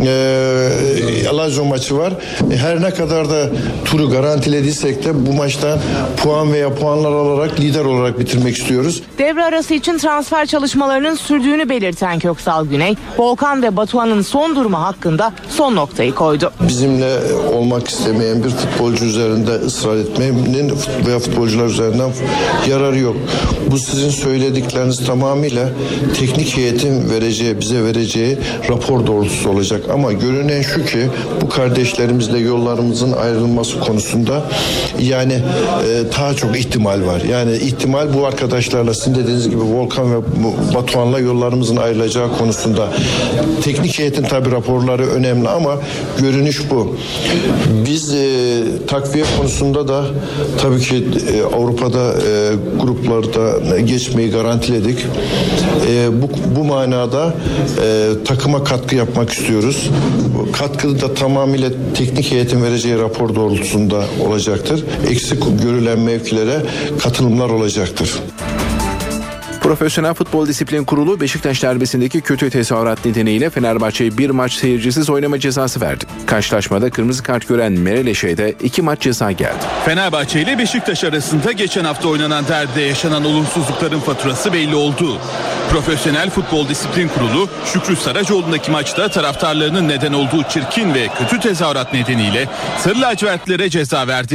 e, Lazio maçı var. Her ne kadar da turu garantilediysek de bu maçtan puan veya puanlar alarak lider olarak bitirmek istiyoruz. Devre arası için transfer çalışmalarının sürdüğünü belirten Köksal Güney, Volkan ve Batuhan'ın son durumu hakkında son noktayı koydu. Bizimle olmak istemeyen bir futbolcu üzerinde ısrar etmenin veya futbolcular üzerinden yararı yok. Bu sizin söyledikleriniz tamamıyla teknik heyet vereceği, bize vereceği rapor doğrultusu olacak. Ama görünen şu ki bu kardeşlerimizle yollarımızın ayrılması konusunda yani e, daha çok ihtimal var. Yani ihtimal bu arkadaşlarla sizin dediğiniz gibi Volkan ve Batuhan'la yollarımızın ayrılacağı konusunda. Teknik heyetin tabi raporları önemli ama görünüş bu. Biz e, takviye konusunda da tabii ki e, Avrupa'da e, gruplarda geçmeyi garantiledik. E, bu, bu manada e, takıma katkı yapmak istiyoruz. Katkı da tamamıyla teknik heyetin vereceği rapor doğrultusunda olacaktır. Eksik görülen mevkilere katılımlar olacaktır. Profesyonel Futbol Disiplin Kurulu Beşiktaş derbisindeki kötü tezahürat nedeniyle Fenerbahçe'ye bir maç seyircisiz oynama cezası verdi. Karşılaşmada kırmızı kart gören Mereleşe'ye de iki maç ceza geldi. Fenerbahçe ile Beşiktaş arasında geçen hafta oynanan derbide yaşanan olumsuzlukların faturası belli oldu. Profesyonel Futbol Disiplin Kurulu Şükrü Saracoğlu'ndaki maçta taraftarlarının neden olduğu çirkin ve kötü tezahürat nedeniyle Sarı lacivertlilere ceza verdi.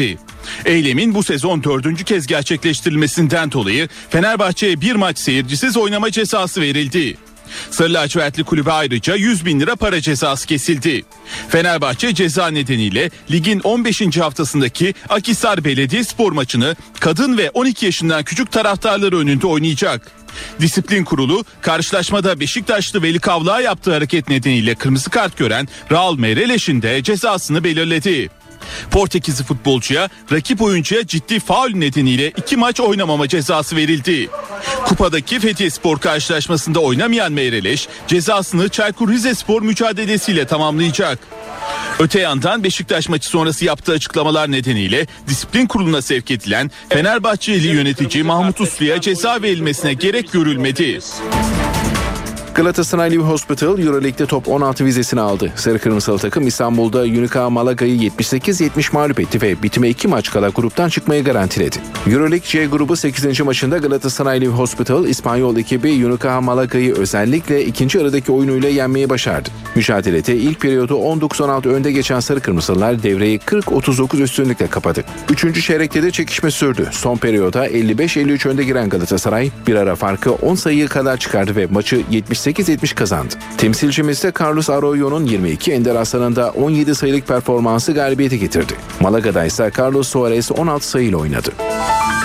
Eylemin bu sezon dördüncü kez gerçekleştirilmesinden dolayı Fenerbahçe'ye bir maç seyircisiz oynama cezası verildi. Sarı lacivertli kulübe ayrıca yüz bin lira para cezası kesildi. Fenerbahçe ceza nedeniyle ligin on beşinci haftasındaki Akhisar Belediyespor maçını kadın ve on iki yaşından küçük taraftarları önünde oynayacak. Disiplin Kurulu karşılaşmada Beşiktaşlı Veli Kavlak'a yaptığı hareket nedeniyle kırmızı kart gören Raul Meireles de cezasını belirledi. Portekizli futbolcuya rakip oyuncuya ciddi faul nedeniyle iki maç oynamama cezası verildi. Kupadaki Fethiyespor karşılaşmasında oynamayan Meireles cezasını Çaykur Rizespor mücadelesiyle tamamlayacak. Öte yandan Beşiktaş maçı sonrası yaptığı açıklamalar nedeniyle disiplin kuruluna sevk edilen Fenerbahçeli yönetici Mahmut Uslu'ya ceza verilmesine gerek görülmedi. Galatasaray Live Hospital Euroleague'de top on altı vizesini aldı. Sarı Kırmızılı takım İstanbul'da Unicaja Malaga'yı yetmiş sekiz yetmiş mağlup etti ve bitime iki maç kala gruptan çıkmayı garantiledi. Euroleague C grubu sekizinci maçında Galatasaray Live Hospital İspanyol ekibi Unicaja Malaga'yı özellikle ikinci yarıdaki oyunuyla yenmeyi başardı. Mücadelede ilk periyodu on dokuz on altı önde geçen Sarı Kırmızılar devreyi kırk otuz dokuz üstünlükle kapadı. Üçüncü çeyrekte de çekişme sürdü. Son periyoda elli beş elli üç önde giren Galatasaray bir ara farkı on sayıya kadar çıkardı ve maçı yetmiş sekiz yetmiş kazandı. Temsilcimiz de Carlos Arroyo'nun yirmi iki, Ender Aslan'ın da on yedi sayılık performansı galibiyeti getirdi. Malaga'da ise Carlos Suarez on altı sayıyla oynadı.